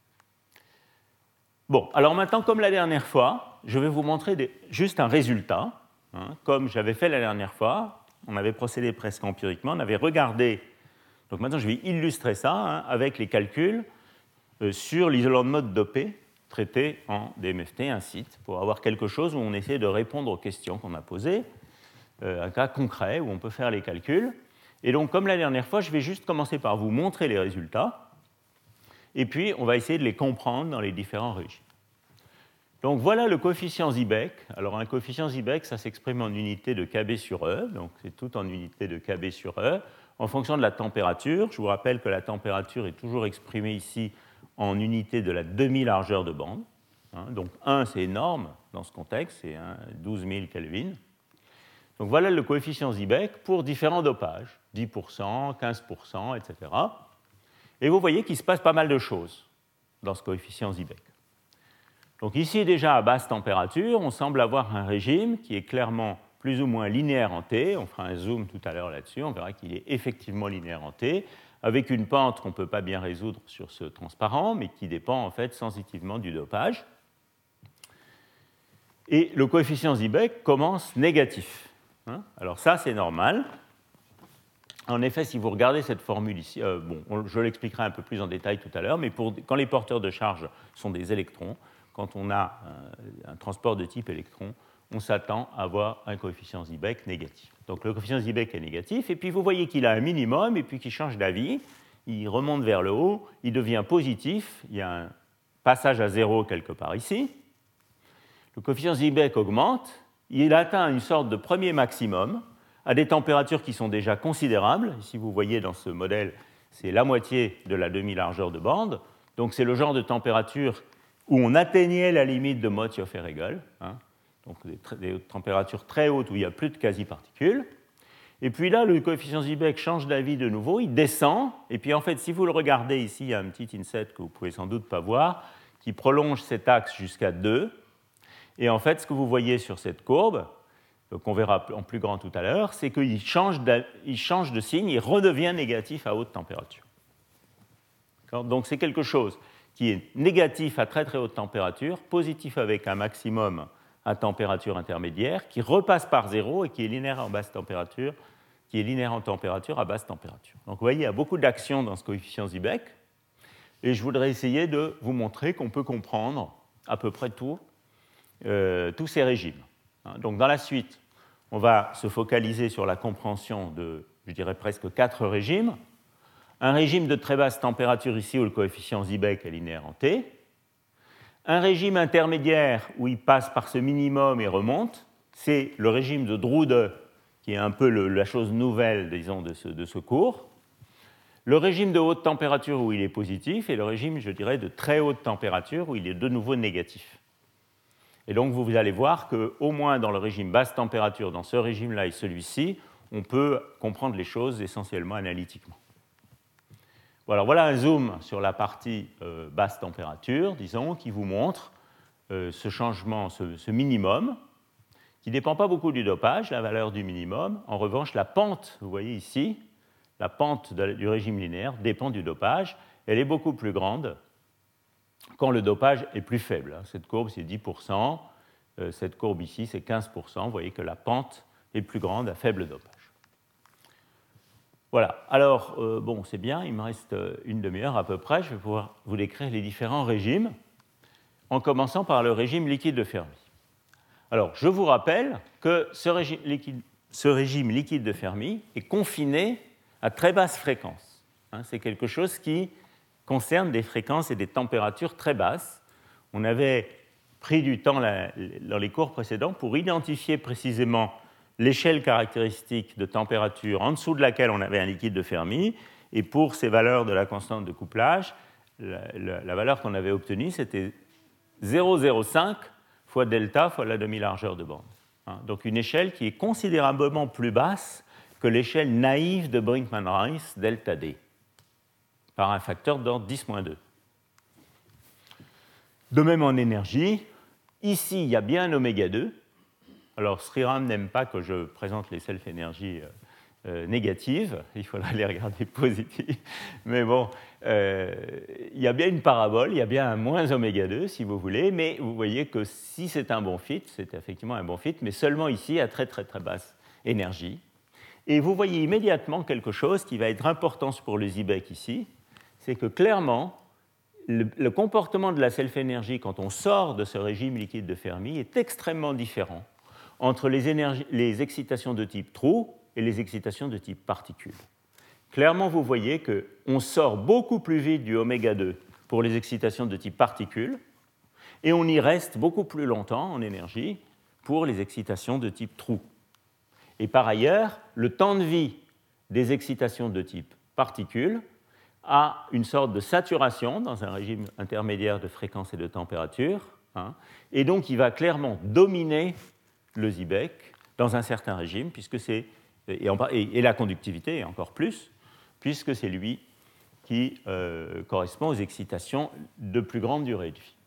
Bon, alors maintenant, comme la dernière fois, je vais vous montrer des, juste un résultat. Hein, comme j'avais fait la dernière fois, on avait procédé presque empiriquement, on avait regardé. Donc maintenant, je vais illustrer ça hein, avec les calculs euh, sur l'isolant de mode dopé traité en D M F T, un site, pour avoir quelque chose où on essaie de répondre aux questions qu'on a posées, euh, un cas concret où on peut faire les calculs. Et donc, comme la dernière fois, je vais juste commencer par vous montrer les résultats, et puis on va essayer de les comprendre dans les différents régimes. Donc voilà le coefficient Seebeck. Alors un coefficient Seebeck, ça s'exprime en unité de Kb sur E, donc c'est tout en unité de Kb sur E, en fonction de la température. Je vous rappelle que la température est toujours exprimée ici en unité de la demi-largeur de bande. Hein, donc un, c'est énorme dans ce contexte, c'est douze mille Kelvin. Donc voilà le coefficient Seebeck pour différents dopages, dix pour cent, quinze pour cent, et cetera. Et vous voyez qu'il se passe pas mal de choses dans ce coefficient Seebeck. Donc ici, déjà à basse température, on semble avoir un régime qui est clairement plus ou moins linéaire en T. On fera un zoom tout à l'heure là-dessus, on verra qu'il est effectivement linéaire en T, avec une pente qu'on ne peut pas bien résoudre sur ce transparent, mais qui dépend en fait sensitivement du dopage. Et le coefficient Seebeck commence négatif. Hein, alors ça, c'est normal. En effet, si vous regardez cette formule ici, euh, bon, on, je l'expliquerai un peu plus en détail tout à l'heure, mais pour, quand les porteurs de charge sont des électrons, quand on a un, un transport de type électron, on s'attend à avoir un coefficient Seebeck négatif. Donc le coefficient Seebeck est négatif, et puis vous voyez qu'il a un minimum, et puis qu'il change d'avis, il remonte vers le haut, il devient positif, il y a un passage à zéro quelque part ici, le coefficient Seebeck augmente, il atteint une sorte de premier maximum, à des températures qui sont déjà considérables. Ici, vous voyez dans ce modèle, c'est la moitié de la demi-largeur de bande, donc c'est le genre de température où on atteignait la limite de Motioff-Erregel, hein, donc des, des températures très hautes où il n'y a plus de quasi-particules. Et puis là, le coefficient Seebeck change d'avis de nouveau, il descend, et puis en fait, si vous le regardez ici, il y a un petit inset que vous ne pouvez sans doute pas voir, qui prolonge cet axe jusqu'à deux, et en fait, ce que vous voyez sur cette courbe, qu'on verra en plus grand tout à l'heure, c'est qu'il change de, il change de signe, il redevient négatif à haute température. Donc c'est quelque chose qui est négatif à très très haute température, positif avec un maximum à température intermédiaire, qui repasse par zéro et qui est linéaire en basse température, qui est linéaire en température à basse température. Donc vous voyez, il y a beaucoup d'actions dans ce coefficient Seebeck, et je voudrais essayer de vous montrer qu'on peut comprendre à peu près tout, euh, tous ces régimes. Donc dans la suite, on va se focaliser sur la compréhension de, je dirais, presque quatre régimes. Un régime de très basse température ici où le coefficient Seebeck est linéaire en T. Un régime intermédiaire où il passe par ce minimum et remonte. C'est le régime de Drude, qui est un peu le, la chose nouvelle, disons, de ce, de ce cours. Le régime de haute température où il est positif et le régime, je dirais, de très haute température où il est de nouveau négatif. Et donc, vous allez voir qu'au moins dans le régime basse température, dans ce régime-là et celui-ci, on peut comprendre les choses essentiellement analytiquement. Voilà, voilà un zoom sur la partie euh, basse température, disons, qui vous montre euh, ce changement, ce, ce minimum, qui ne dépend pas beaucoup du dopage, la valeur du minimum. En revanche, la pente, vous voyez ici, la pente de, du régime linéaire dépend du dopage. Elle est beaucoup plus grande quand le dopage est plus faible. Cette courbe, c'est dix pour cent. Cette courbe ici, c'est quinze pour cent. Vous voyez que la pente est plus grande à faible dopage. Voilà. Alors, euh, bon, c'est bien, il me reste une demi-heure à peu près. Je vais pouvoir vous décrire les différents régimes, en commençant par le régime liquide de Fermi. Alors, je vous rappelle que ce régime liquide, ce régime liquide de Fermi est confiné à très basse fréquence. Hein, c'est quelque chose qui concerne des fréquences et des températures très basses. On avait pris du temps là, dans les cours précédents pour identifier précisément l'échelle caractéristique de température en dessous de laquelle on avait un liquide de Fermi, et pour ces valeurs de la constante de couplage, la, la, la valeur qu'on avait obtenue, c'était zéro virgule zéro cinq fois delta fois la demi-largeur de bande. Hein, donc une échelle qui est considérablement plus basse que l'échelle naïve de Brinkman-Rice, delta D, par un facteur d'ordre dix moins deux. De même en énergie, ici il y a bien un oméga deux. Alors Sriram n'aime pas que je présente les self-énergies euh, euh, négatives, il faudra les regarder positives, mais bon, euh, il y a bien une parabole, il y a bien un moins oméga deux si vous voulez, mais vous voyez que si c'est un bon fit, c'est effectivement un bon fit, mais seulement ici à très très très basse énergie. Et vous voyez immédiatement quelque chose qui va être important pour le Seebeck ici, c'est que clairement, le, le comportement de la self-énergie quand on sort de ce régime liquide de Fermi est extrêmement différent entre les, énergies, les excitations de type trou et les excitations de type particule. Clairement, vous voyez qu'on sort beaucoup plus vite du oméga deux pour les excitations de type particule, et on y reste beaucoup plus longtemps en énergie pour les excitations de type trou. Et par ailleurs, le temps de vie des excitations de type particule a une sorte de saturation dans un régime intermédiaire de fréquence et de température, hein, et donc il va clairement dominer le Seebeck dans un certain régime, puisque c'est, et, en, et, et la conductivité encore plus, puisque c'est lui qui euh, correspond aux excitations de plus grande durée de vie.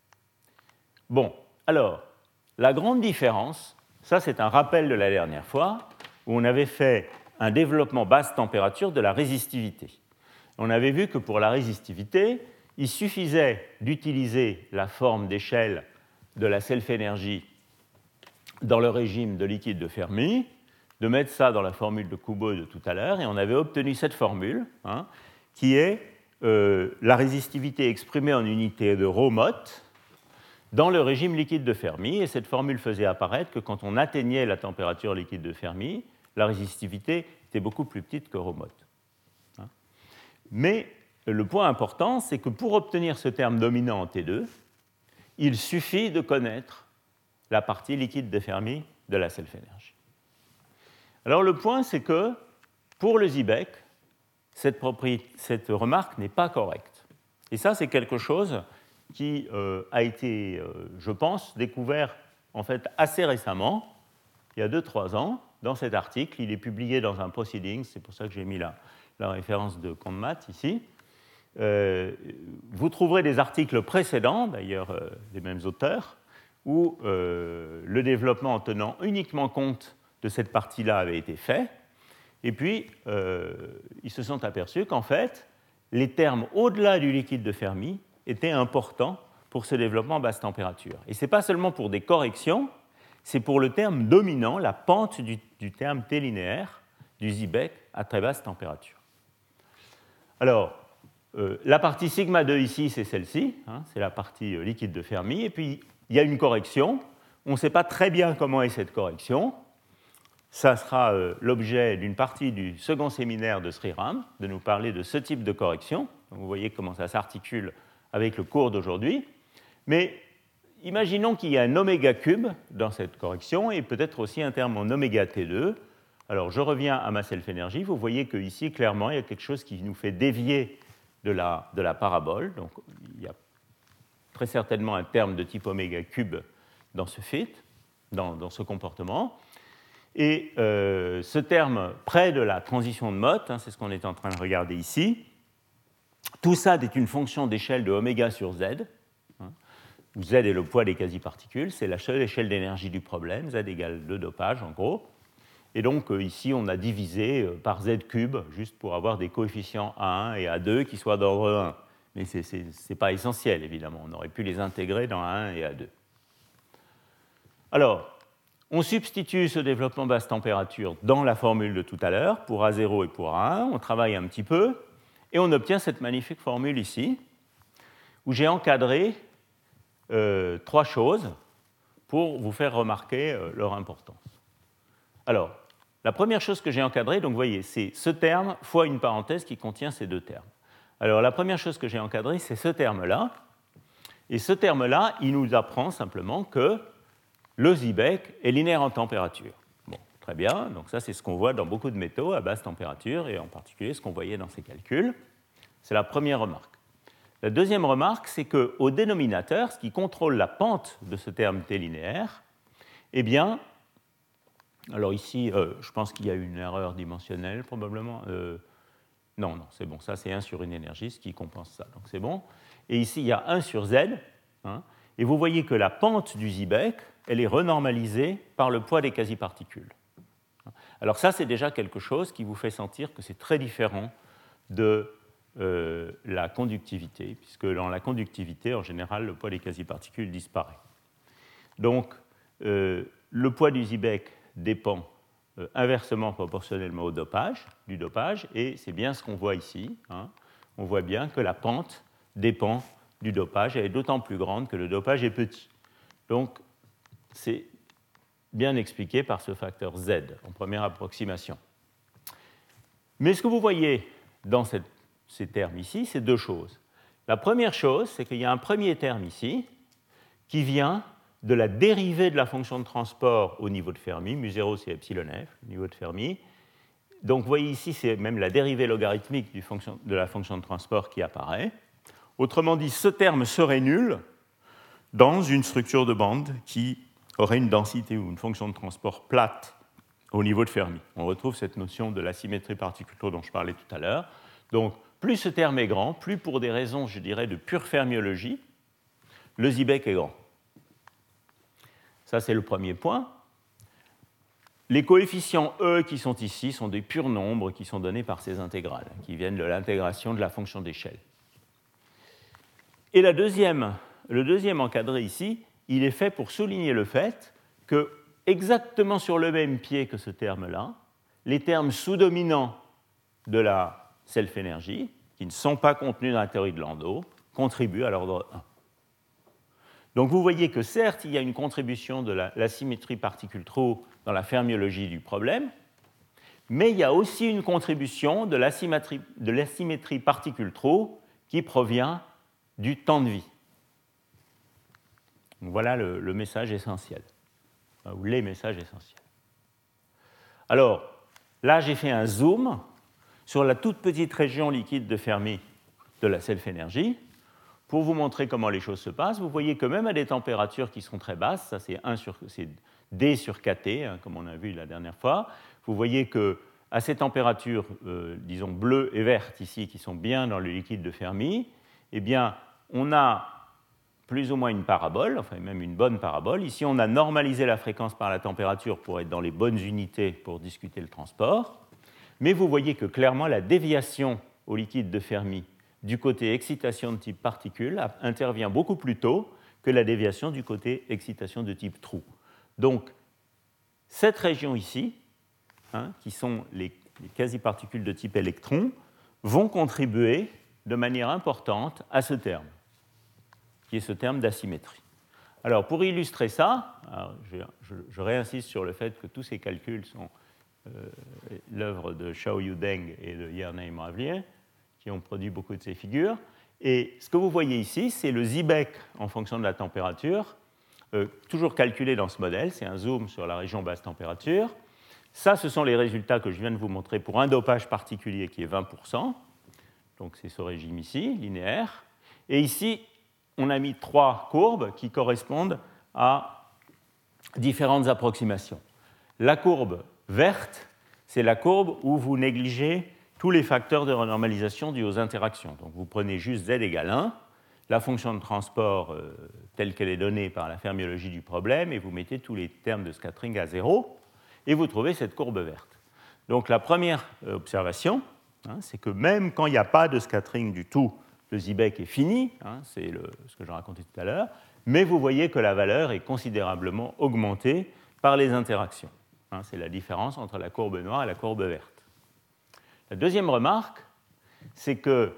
Bon, alors, la grande différence, ça c'est un rappel de la dernière fois, où on avait fait un développement basse température de la résistivité. On avait vu que pour la résistivité, il suffisait d'utiliser la forme d'échelle de la self-énergie dans le régime de liquide de Fermi, de mettre ça dans la formule de Kubo de tout à l'heure, et on avait obtenu cette formule, hein, qui est euh, la résistivité exprimée en unité de ρ-mot dans le régime liquide de Fermi, et cette formule faisait apparaître que quand on atteignait la température liquide de Fermi, la résistivité était beaucoup plus petite que ρ-mot. Hein. Mais le point important, c'est que pour obtenir ce terme dominant en T deux, il suffit de connaître la partie liquide de Fermi de la self-énergie. Alors le point, c'est que pour le Seebeck, cette, cette remarque n'est pas correcte. Et ça, c'est quelque chose qui euh, a été, euh, je pense, découvert en fait assez récemment, il y a deux trois ans, dans cet article. Il est publié dans un Proceedings, c'est pour ça que j'ai mis la, la référence de Condmat ici. Euh, vous trouverez des articles précédents, d'ailleurs euh, des mêmes auteurs, où euh, le développement en tenant uniquement compte de cette partie-là avait été fait, et puis euh, ils se sont aperçus qu'en fait, les termes au-delà du liquide de Fermi étaient importants pour ce développement basse température. Et ce n'est pas seulement pour des corrections, c'est pour le terme dominant, la pente du, du terme T linéaire du Seebeck à très basse température. Alors, euh, la partie sigma deux ici, c'est celle-ci, hein, c'est la partie euh, liquide de Fermi, et puis il y a une correction. On ne sait pas très bien comment est cette correction. Ça sera euh, l'objet d'une partie du second séminaire de Sriram, de nous parler de ce type de correction. Donc, vous voyez comment ça s'articule avec le cours d'aujourd'hui. Mais imaginons qu'il y a un oméga cube dans cette correction et peut-être aussi un terme en oméga T deux. Alors, je reviens à ma self-énergie. Vous voyez qu'ici, clairement, il y a quelque chose qui nous fait dévier de la, de la parabole. Donc, il y a très certainement un terme de type oméga cube dans ce fit, dans, dans ce comportement. Et euh, ce terme près de la transition de Mott, hein, c'est ce qu'on est en train de regarder ici, tout ça est une fonction d'échelle de oméga sur Z, hein, où Z est le poids des quasi-particules, c'est la seule échelle d'énergie du problème, Z égale deux dopages en gros. Et donc euh, ici on a divisé euh, par Z cube, juste pour avoir des coefficients A un et A deux qui soient d'ordre un. Mais ce n'est pas essentiel évidemment, on aurait pu les intégrer dans A un et A deux. Alors, on substitue ce développement basse température dans la formule de tout à l'heure, pour A zéro et pour A un, on travaille un petit peu, et on obtient cette magnifique formule ici, où j'ai encadré euh, trois choses pour vous faire remarquer euh, leur importance. Alors, la première chose que j'ai encadrée, donc vous voyez, c'est ce terme fois une parenthèse qui contient ces deux termes. Alors la première chose que j'ai encadrée, c'est ce terme-là. Et ce terme-là, il nous apprend simplement que le Seebeck est linéaire en température. Bon, très bien, donc ça c'est ce qu'on voit dans beaucoup de métaux à basse température, et en particulier ce qu'on voyait dans ces calculs. C'est la première remarque. La deuxième remarque, c'est qu'au dénominateur, ce qui contrôle la pente de ce terme T linéaire, eh bien, alors ici, euh, je pense qu'il y a une erreur dimensionnelle probablement. Euh, non, non, c'est bon, ça c'est un sur une énergie, ce qui compense ça, donc c'est bon. Et ici, il y a un sur Z, hein, et vous voyez que la pente du Seebeck, elle est renormalisée par le poids des quasi-particules. Alors ça, c'est déjà quelque chose qui vous fait sentir que c'est très différent de euh, la conductivité, puisque dans la conductivité, en général, le poids des quasi-particules disparaît. Donc, euh, le poids du Seebeck dépend euh, inversement proportionnellement au dopage, du dopage, et c'est bien ce qu'on voit ici. Hein. On voit bien que la pente dépend du dopage, elle est d'autant plus grande que le dopage est petit. Donc, c'est bien expliqué par ce facteur Z en première approximation. Mais ce que vous voyez dans cette, ces termes ici, c'est deux choses. La première chose, c'est qu'il y a un premier terme ici qui vient de la dérivée de la fonction de transport au niveau de Fermi, mu zéro c'est epsilon f, au niveau de Fermi. Donc vous voyez ici, c'est même la dérivée logarithmique du fonction, de la fonction de transport qui apparaît. Autrement dit, ce terme serait nul dans une structure de bande qui aurait une densité ou une fonction de transport plate au niveau de Fermi. On retrouve cette notion de la symétrie particule-taux dont je parlais tout à l'heure. Donc, plus ce terme est grand, plus pour des raisons, je dirais, de pure fermiologie, le Seebeck est grand. Ça, c'est le premier point. Les coefficients E qui sont ici sont des purs nombres qui sont donnés par ces intégrales, qui viennent de l'intégration de la fonction d'échelle. Et la deuxième, le deuxième encadré ici, il est fait pour souligner le fait que, exactement sur le même pied que ce terme-là, les termes sous-dominants de la self-énergie, qui ne sont pas contenus dans la théorie de Landau, contribuent à l'ordre un. Donc vous voyez que certes, il y a une contribution de la, la symétrie particule-trou dans la fermiologie du problème, mais il y a aussi une contribution de l'asymétrie, de l'asymétrie particule-trou qui provient du temps de vie. Donc voilà le, le message essentiel, ou les messages essentiels. Alors, là, j'ai fait un zoom sur la toute petite région liquide de Fermi de la self-énergie pour vous montrer comment les choses se passent. Vous voyez que même à des températures qui sont très basses, ça c'est, un sur, c'est D sur K T, hein, comme on a vu la dernière fois, vous voyez qu'à ces températures, euh, disons bleues et vertes ici, qui sont bien dans le liquide de Fermi, eh bien, on a plus ou moins une parabole, enfin même une bonne parabole. Ici, on a normalisé la fréquence par la température pour être dans les bonnes unités pour discuter le transport. Mais vous voyez que clairement, la déviation au liquide de Fermi du côté excitation de type particule intervient beaucoup plus tôt que la déviation du côté excitation de type trou. Donc, cette région ici, hein, qui sont les, les quasi-particules de type électron, vont contribuer de manière importante à ce terme, qui est ce terme d'asymétrie. Alors, pour illustrer ça, alors je, je, je réinsiste sur le fait que tous ces calculs sont euh, l'œuvre de Xiaoyu Deng et de Yerney Mravlier, qui ont produit beaucoup de ces figures. Et ce que vous voyez ici, c'est le Seebeck en fonction de la température, euh, toujours calculé dans ce modèle. C'est un zoom sur la région basse température. Ça, ce sont les résultats que je viens de vous montrer pour un dopage particulier qui est vingt pour cent. Donc, c'est ce régime ici, linéaire. Et ici, on a mis trois courbes qui correspondent à différentes approximations. La courbe verte, c'est la courbe où vous négligez tous les facteurs de renormalisation dus aux interactions. Donc vous prenez juste Z égale un, la fonction de transport euh, telle qu'elle est donnée par la fermiologie du problème, et vous mettez tous les termes de scattering à zéro, et vous trouvez cette courbe verte. Donc la première observation, hein, c'est que même quand il n'y a pas de scattering du tout, le Seebeck est fini, hein, c'est le, ce que je racontais tout à l'heure, mais vous voyez que la valeur est considérablement augmentée par les interactions. Hein, c'est la différence entre la courbe noire et la courbe verte. La deuxième remarque, c'est que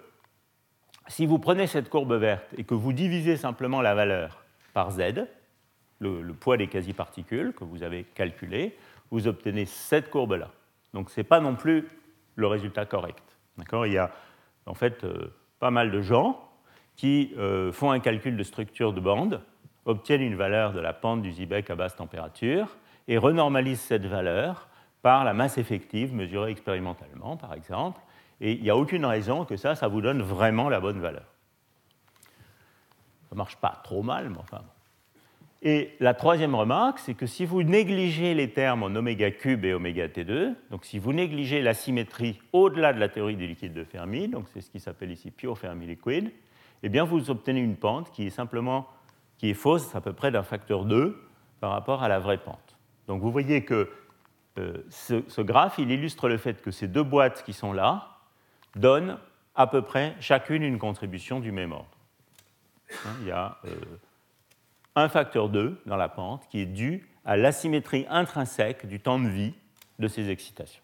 si vous prenez cette courbe verte et que vous divisez simplement la valeur par Z, le, le poids des quasi-particules que vous avez calculé, vous obtenez cette courbe-là. Donc ce n'est pas non plus le résultat correct. D'accord ? Il y a en fait euh, pas mal de gens qui euh, font un calcul de structure de bande, obtiennent une valeur de la pente du Seebeck à basse température et renormalisent cette valeur par la masse effective mesurée expérimentalement, par exemple. Et il n'y a aucune raison que ça, ça vous donne vraiment la bonne valeur. Ça ne marche pas trop mal, mais enfin. Et la troisième remarque, c'est que si vous négligez les termes en oméga cube et oméga T deux, donc si vous négligez l'asymétrie au-delà de la théorie du liquide de Fermi, donc c'est ce qui s'appelle ici pure Fermi liquid, eh bien vous obtenez une pente qui est simplement qui est fausse à peu près d'un facteur deux par rapport à la vraie pente. Donc vous voyez que euh, ce, ce graphe, il illustre le fait que ces deux boîtes qui sont là donnent à peu près chacune une contribution du même ordre. Hein, il y a euh, un facteur deux dans la pente qui est dû à l'asymétrie intrinsèque du temps de vie de ces excitations.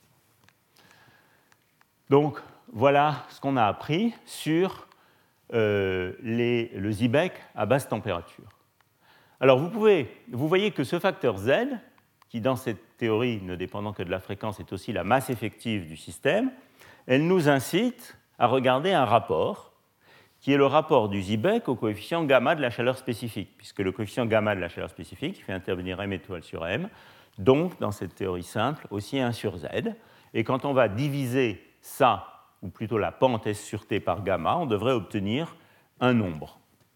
Donc voilà ce qu'on a appris sur euh, les, le Seebeck à basse température. Alors vous, pouvez, vous voyez que ce facteur Z, qui dans cette théorie ne dépendant que de la fréquence est aussi la masse effective du système, elle nous incite à regarder un rapport qui est le rapport du Seebeck au coefficient gamma de la chaleur spécifique, puisque le coefficient gamma de la chaleur spécifique fait intervenir M étoile sur M, donc dans cette théorie simple aussi un sur Z. Et quand on va diviser ça, ou plutôt la pente S sur T par gamma, on devrait obtenir un nombre.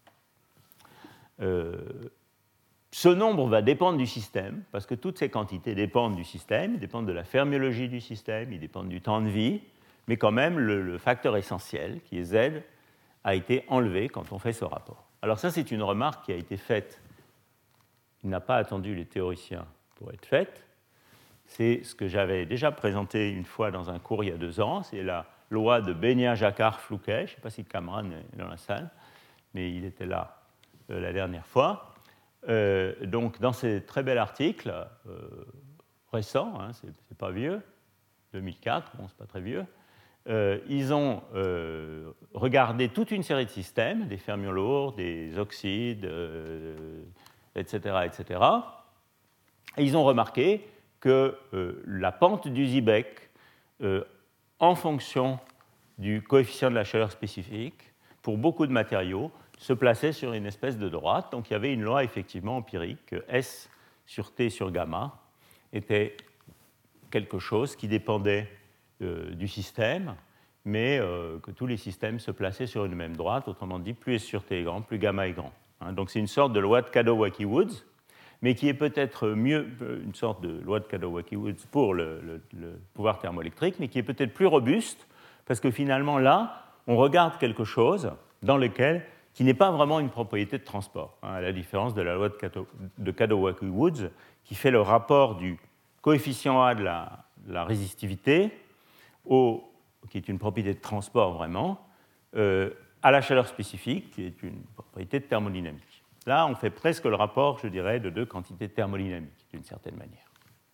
Euh, ce nombre va dépendre du système, parce que toutes ces quantités dépendent du système, dépendent de la fermiologie du système, ils dépendent du temps de vie, mais quand même le, le facteur essentiel, qui est Z, a été enlevé quand on fait ce rapport. Alors ça, c'est une remarque qui a été faite, il n'a pas attendu les théoriciens pour être faite. C'est ce que j'avais déjà présenté une fois dans un cours il y a deux ans, c'est la loi de Bénia-Jacquard-Flouquet, je ne sais pas si Cameron est dans la salle, mais il était là euh, la dernière fois. Euh, donc dans ces très bel article, euh, récent, hein, c'est, c'est pas vieux, deux mille quatre, bon, c'est pas très vieux, Euh, ils ont euh, regardé toute une série de systèmes, des fermions lourds, des oxydes, euh, et cetera, et cetera. Et ils ont remarqué que euh, la pente du Seebeck, euh, en fonction du coefficient de la chaleur spécifique, pour beaucoup de matériaux, se plaçait sur une espèce de droite. Donc il y avait une loi effectivement empirique que S sur T sur gamma était quelque chose qui dépendait Euh, du système, mais euh, que tous les systèmes se plaçaient sur une même droite, autrement dit, plus S sur T est grand, plus gamma est grand. Hein, donc c'est une sorte de loi de Kadowaki-Woods, mais qui est peut-être mieux, une sorte de loi de Kadowaki-Woods pour le, le, le pouvoir thermoélectrique, mais qui est peut-être plus robuste, parce que finalement là, on regarde quelque chose dans lequel, qui n'est pas vraiment une propriété de transport, hein, à la différence de la loi de Kadowaki-Woods, qui fait le rapport du coefficient A de la, de la résistivité, Au, qui est une propriété de transport vraiment, euh, à la chaleur spécifique, qui est une propriété de thermodynamique. Là, on fait presque le rapport, je dirais, de deux quantités thermodynamiques, d'une certaine manière.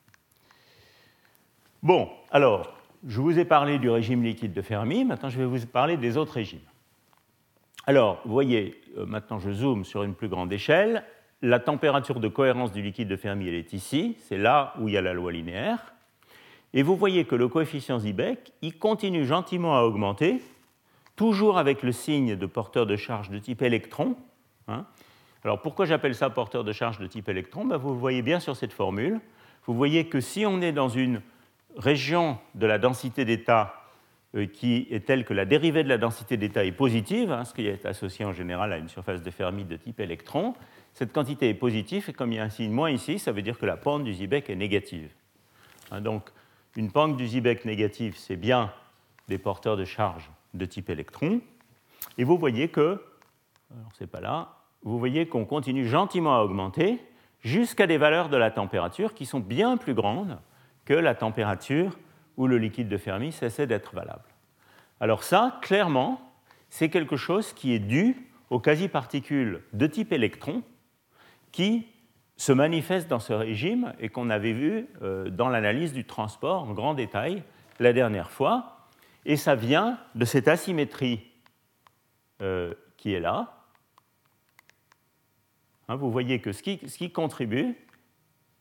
Bon, alors, je vous ai parlé du régime liquide de Fermi, maintenant je vais vous parler des autres régimes. Alors, vous voyez, euh, maintenant je zoome sur une plus grande échelle, la température de cohérence du liquide de Fermi, elle est ici, c'est là où il y a la loi linéaire. Et vous voyez que le coefficient Seebeck, il continue gentiment à augmenter, toujours avec le signe de porteur de charge de type électron. Hein. Alors pourquoi j'appelle ça porteur de charge de type électron ? Ben, vous le voyez bien sur cette formule. Vous voyez que si on est dans une région de la densité d'état euh, qui est telle que la dérivée de la densité d'état est positive, hein, ce qui est associé en général à une surface de Fermi de type électron, cette quantité est positive, et comme il y a un signe moins ici, ça veut dire que la pente du Seebeck est négative. Hein, donc, une pente du Seebeck négative, c'est bien des porteurs de charge de type électron. Et vous voyez que, alors c'est pas là, vous voyez qu'on continue gentiment à augmenter jusqu'à des valeurs de la température qui sont bien plus grandes que la température où le liquide de Fermi cessait d'être valable. Alors ça, clairement, c'est quelque chose qui est dû aux quasi-particules de type électron qui se manifeste dans ce régime et qu'on avait vu euh, dans l'analyse du transport en grand détail la dernière fois. Et ça vient de cette asymétrie euh, qui est là. Hein, vous voyez que ce qui, ce qui contribue,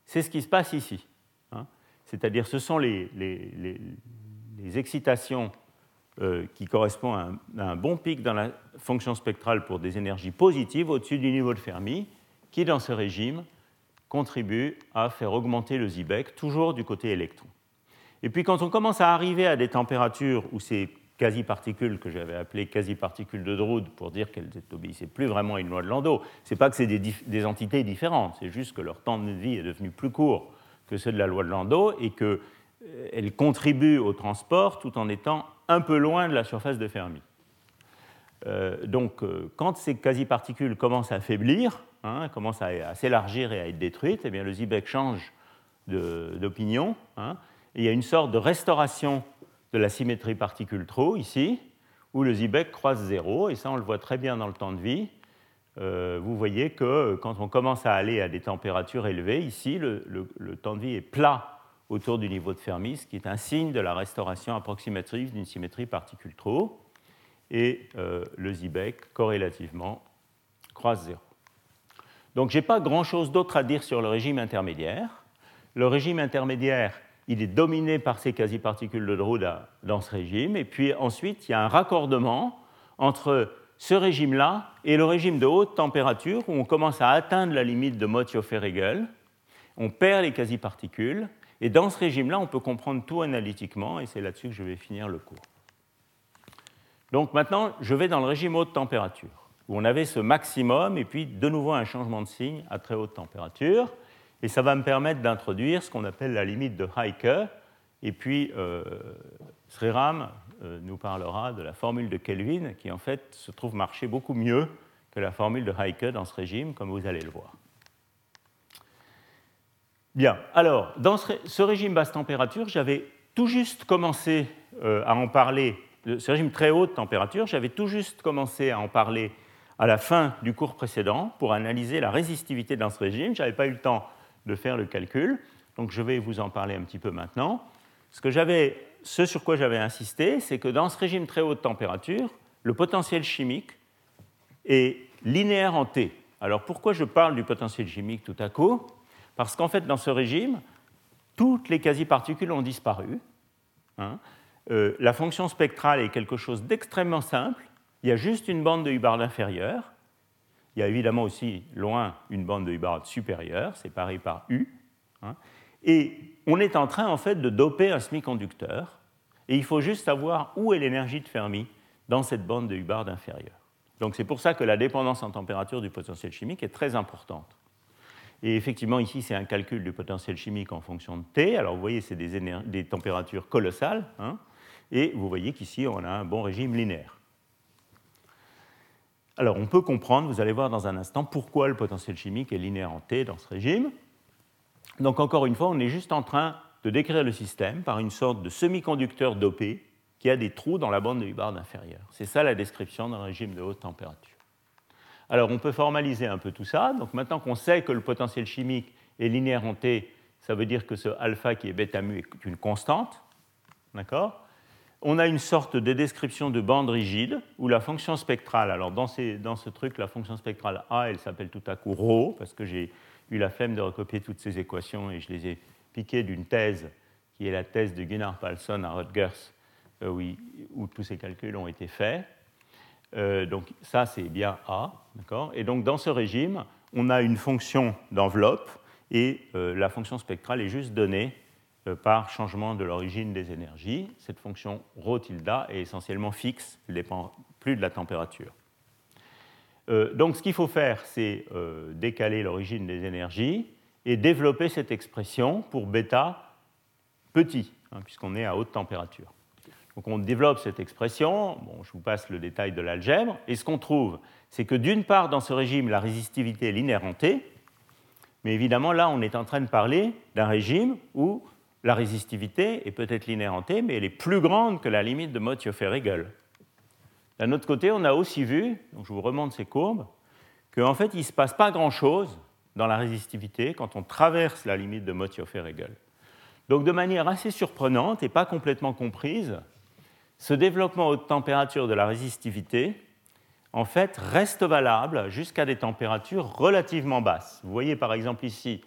c'est ce qui se passe ici. Hein. C'est-à-dire ce sont les, les, les, les excitations euh, qui correspondent à un, à un bon pic dans la fonction spectrale pour des énergies positives au-dessus du niveau de Fermi, qui, dans ce régime, contribuent à faire augmenter le Seebeck, toujours du côté électron. Et puis quand on commence à arriver à des températures où ces quasi-particules, que j'avais appelées quasi-particules de Drude, pour dire qu'elles n'obéissaient plus vraiment à une loi de Landau, ce n'est pas que c'est des, des entités différentes, c'est juste que leur temps de vie est devenu plus court que ceux de la loi de Landau et qu'elles euh, contribuent au transport tout en étant un peu loin de la surface de Fermi. Euh, donc, euh, quand ces quasi-particules commencent à faiblir, hein, commencent à, à s'élargir et à être détruites, eh bien, le Seebeck change de, d'opinion. Hein, et il y a une sorte de restauration de la symétrie particule-trou, ici, où le Seebeck croise zéro, et ça, on le voit très bien dans le temps de vie. Euh, vous voyez que quand on commence à aller à des températures élevées, ici, le, le, le temps de vie est plat autour du niveau de Fermi, ce qui est un signe de la restauration approximative d'une symétrie particule-trou. Et euh, le Seebeck, corrélativement, croise zéro. Donc, je n'ai pas grand-chose d'autre à dire sur le régime intermédiaire. Le régime intermédiaire, il est dominé par ces quasi-particules de Drude dans ce régime. Et puis ensuite, il y a un raccordement entre ce régime-là et le régime de haute température, où on commence à atteindre la limite de Mottiofer-Hegel. On perd les quasi-particules. Et dans ce régime-là, on peut comprendre tout analytiquement, et c'est là-dessus que je vais finir le cours. Donc maintenant, je vais dans le régime haute température, où on avait ce maximum et puis de nouveau un changement de signe à très haute température. Et ça va me permettre d'introduire ce qu'on appelle la limite de Heike. Et puis, euh, Sriram euh, nous parlera de la formule de Kelvin, qui en fait se trouve marcher beaucoup mieux que la formule de Heike dans ce régime, comme vous allez le voir. Bien, alors, dans ce, ce régime basse température, j'avais tout juste commencé euh, à en parler. Ce régime très haute température, j'avais tout juste commencé à en parler à la fin du cours précédent pour analyser la résistivité dans ce régime. Je n'avais pas eu le temps de faire le calcul, donc je vais vous en parler un petit peu maintenant. Ce, que j'avais, ce sur quoi j'avais insisté, c'est que dans ce régime très haute température, le potentiel chimique est linéaire en T. Alors pourquoi je parle du potentiel chimique tout à coup ? Parce qu'en fait, dans ce régime, toutes les quasi-particules ont disparu. Hein. Euh, la fonction spectrale est quelque chose d'extrêmement simple. Il y a juste une bande de Hubbard inférieure. Il y a évidemment aussi, loin, une bande de Hubbard supérieure, séparée par U. Hein. Et on est en train, en fait, de doper un semi-conducteur. Et il faut juste savoir où est l'énergie de Fermi dans cette bande de Hubbard inférieure. Donc c'est pour ça que la dépendance en température du potentiel chimique est très importante. Et effectivement, ici, c'est un calcul du potentiel chimique en fonction de T. Alors vous voyez, c'est des, éner- des températures colossales. Hein. Et vous voyez qu'ici, on a un bon régime linéaire. Alors, on peut comprendre, vous allez voir dans un instant, pourquoi le potentiel chimique est linéaire en T dans ce régime. Donc, encore une fois, on est juste en train de décrire le système par une sorte de semi-conducteur dopé qui a des trous dans la bande de Hubbard inférieure. C'est ça la description d'un régime de haute température. Alors, on peut formaliser un peu tout ça. Donc, maintenant qu'on sait que le potentiel chimique est linéaire en T, ça veut dire que ce alpha qui est bêta mu est une constante. D'accord ? On a une sorte de description de bande rigide où la fonction spectrale, alors dans, ces, dans ce truc, la fonction spectrale A, elle s'appelle tout à coup ρ, parce que j'ai eu la flemme de recopier toutes ces équations et je les ai piquées d'une thèse qui est la thèse de Gunnar Palsson à Rutgers, euh, où, il, où tous ces calculs ont été faits. Euh, donc ça, c'est bien A. D'accord ? Et donc dans ce régime, on a une fonction d'enveloppe et euh, la fonction spectrale est juste donnée par changement de l'origine des énergies. Cette fonction ρ tilde est essentiellement fixe, elle ne dépend plus de la température. Euh, donc ce qu'il faut faire, c'est euh, décaler l'origine des énergies et développer cette expression pour bêta petit, hein, puisqu'on est à haute température. Donc on développe cette expression, bon, je vous passe le détail de l'algèbre, et ce qu'on trouve, c'est que d'une part, dans ce régime, la résistivité est linéaire en T, mais évidemment, là, on est en train de parler d'un régime où la résistivité est peut-être linéaire en T, mais elle est plus grande que la limite de Mottiofer-Hegel. D'un autre côté, on a aussi vu, donc je vous remonte ces courbes, qu'en fait, il ne se passe pas grand-chose dans la résistivité quand on traverse la limite de Mottiofer-Hegel. Donc, de manière assez surprenante et pas complètement comprise, ce développement à haute température de la résistivité, en fait, reste valable jusqu'à des températures relativement basses. Vous voyez par exemple ici,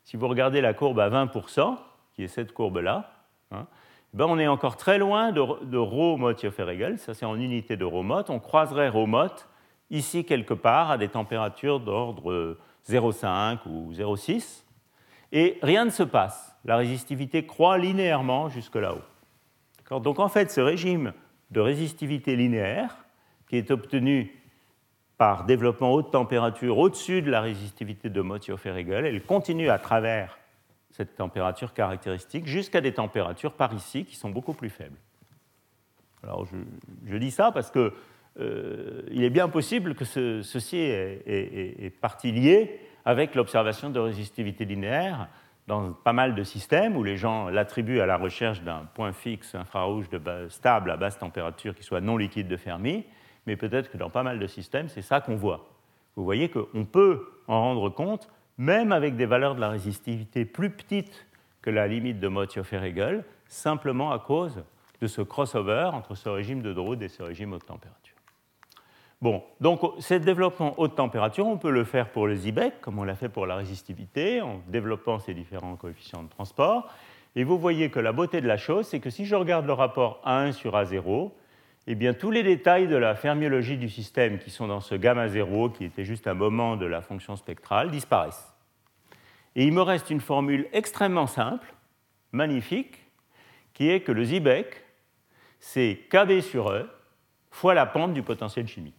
si vous regardez la courbe à vingt pour cent, qui est cette courbe-là, hein, ben on est encore très loin de, de rho mot Théophère-Hegel, ça c'est en unité de rho mot. On croiserait rho mot ici quelque part à des températures d'ordre zéro virgule cinq ou zéro virgule six, et rien ne se passe. La résistivité croît linéairement jusque là-haut. Donc en fait, ce régime de résistivité linéaire, qui est obtenu par développement haute température au-dessus de la résistivité de mot Théophère-Hegel, elle continue à travers cette température caractéristique jusqu'à des températures par ici qui sont beaucoup plus faibles. Alors je, je dis ça parce que euh, il est bien possible que ce, ceci est, est, est partie liée avec l'observation de résistivité linéaire dans pas mal de systèmes où les gens l'attribuent à la recherche d'un point fixe infrarouge de base, stable à basse température qui soit non liquide de Fermi, mais peut-être que dans pas mal de systèmes, c'est ça qu'on voit. Vous voyez qu'on peut en rendre compte même avec des valeurs de la résistivité plus petites que la limite de mot Théophère-Hegel, simplement à cause de ce crossover entre ce régime de Drude et ce régime haute température. Bon, donc ce développement haute température, on peut le faire pour les Seebeck, comme on l'a fait pour la résistivité, en développant ces différents coefficients de transport. Et vous voyez que la beauté de la chose, c'est que si je regarde le rapport A un sur A zéro, eh bien, tous les détails de la fermiologie du système qui sont dans ce gamma zéro, qui était juste un moment de la fonction spectrale, disparaissent. Et il me reste une formule extrêmement simple, magnifique, qui est que le Seebeck, c'est K B sur E fois la pente du potentiel chimique.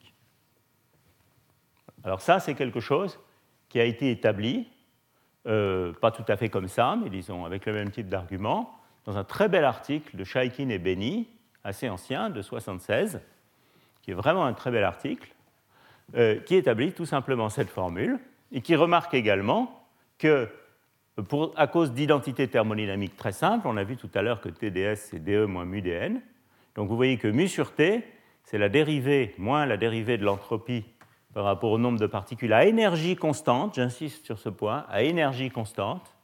Alors ça, c'est quelque chose qui a été établi, euh, pas tout à fait comme ça, mais disons avec le même type d'argument, dans un très bel article de Chaikin et Benny, assez ancien, de soixante-seize, qui est vraiment un très bel article, euh, qui établit tout simplement cette formule, et qui remarque également que, pour, à cause d'identités thermodynamiques très simples, on a vu tout à l'heure que T D S c'est dE moins mu dN, donc vous voyez que mu sur T, c'est la dérivée moins la dérivée de l'entropie par rapport au nombre de particules à énergie constante, j'insiste sur ce point, à énergie constante.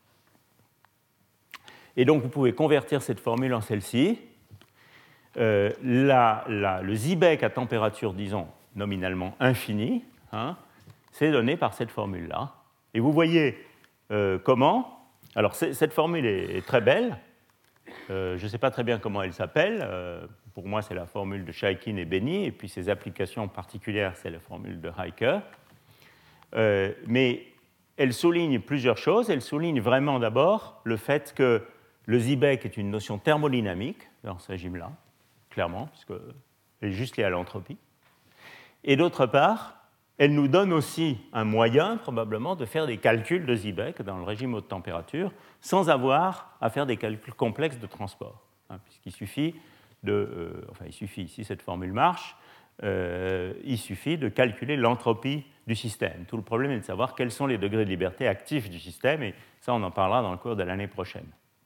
Et donc vous pouvez convertir cette formule en celle-ci. Euh, la, la, le Seebeck à température, disons, nominalement infinie, hein, c'est donné par cette formule-là. Et vous voyez euh, comment. Alors cette formule est, est très belle. Euh, je ne sais pas très bien comment elle s'appelle. Euh, pour moi, c'est la formule de Chaikin et Benny, et puis ses applications particulières, c'est la formule de Heike. Euh, mais elle souligne plusieurs choses. Elle souligne vraiment d'abord le fait que le Seebeck est une notion thermodynamique dans ce régime-là, clairement, puisqu'elle est juste liée à l'entropie. Et d'autre part, elle nous donne aussi un moyen, probablement, de faire des calculs de Seebeck dans le régime haute température, sans avoir à faire des calculs complexes de transport, hein, puisqu'il suffit de, euh, enfin, il suffit, si cette formule marche, euh, il suffit de calculer l'entropie du système. Tout le problème est de savoir quels sont les degrés de liberté actifs du système, et ça, on en parlera dans le cours de l'année prochaine.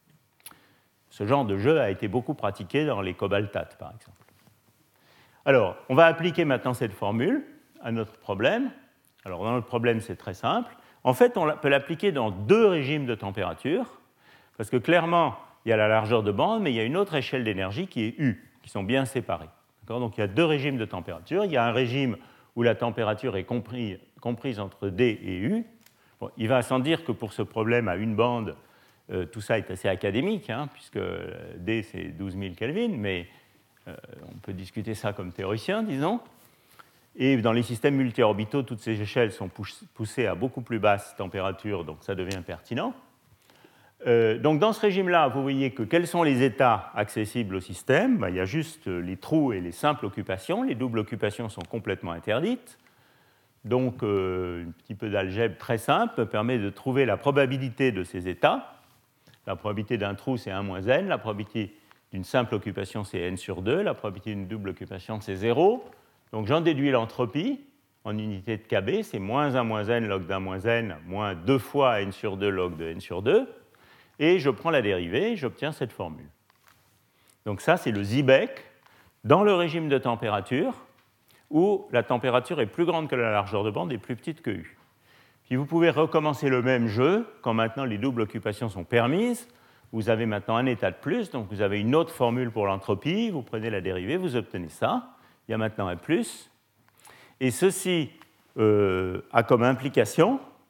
Ce genre de jeu a été beaucoup pratiqué dans les cobaltates, par exemple. Alors, on va appliquer maintenant cette formule à notre problème. Alors, dans notre problème, c'est très simple. En fait, on peut l'appliquer dans deux régimes de température, parce que clairement, il y a la largeur de bande, mais il y a une autre échelle d'énergie qui est U, qui sont bien séparées. Donc, il y a deux régimes de température. Il y a un régime où la température est compris, comprise entre D et U. Bon, il va sans dire que pour ce problème à une bande, euh, tout ça est assez académique, hein, puisque D, c'est douze mille Kelvin, mais euh, on peut discuter ça comme théoricien, disons. Et dans les systèmes multi-orbitaux, toutes ces échelles sont poussées à beaucoup plus basse température, donc ça devient pertinent. Euh, donc dans ce régime-là, vous voyez que quels sont les états accessibles au système? Ben, il y a juste les trous et les simples occupations. Les doubles occupations sont complètement interdites. Donc euh, un petit peu d'algèbre très simple permet de trouver la probabilité de ces états. La probabilité d'un trou, c'est un moins n. La probabilité d'une simple occupation, c'est n sur deux. La probabilité d'une double occupation, c'est zéro. Donc j'en déduis l'entropie en unité de K B, c'est moins un moins n log d'un moins n, moins deux fois n sur deux log de n sur deux. Et je prends la dérivée et j'obtiens cette formule. Donc ça, c'est le Seebeck dans le régime de température où la température est plus grande que la largeur de bande et plus petite que U. Puis vous pouvez recommencer le même jeu quand maintenant les doubles occupations sont permises. Vous avez maintenant un état de plus, donc vous avez une autre formule pour l'entropie. Vous prenez la dérivée, vous obtenez ça. Il y a maintenant un plus. Et ceci euh, a comme implication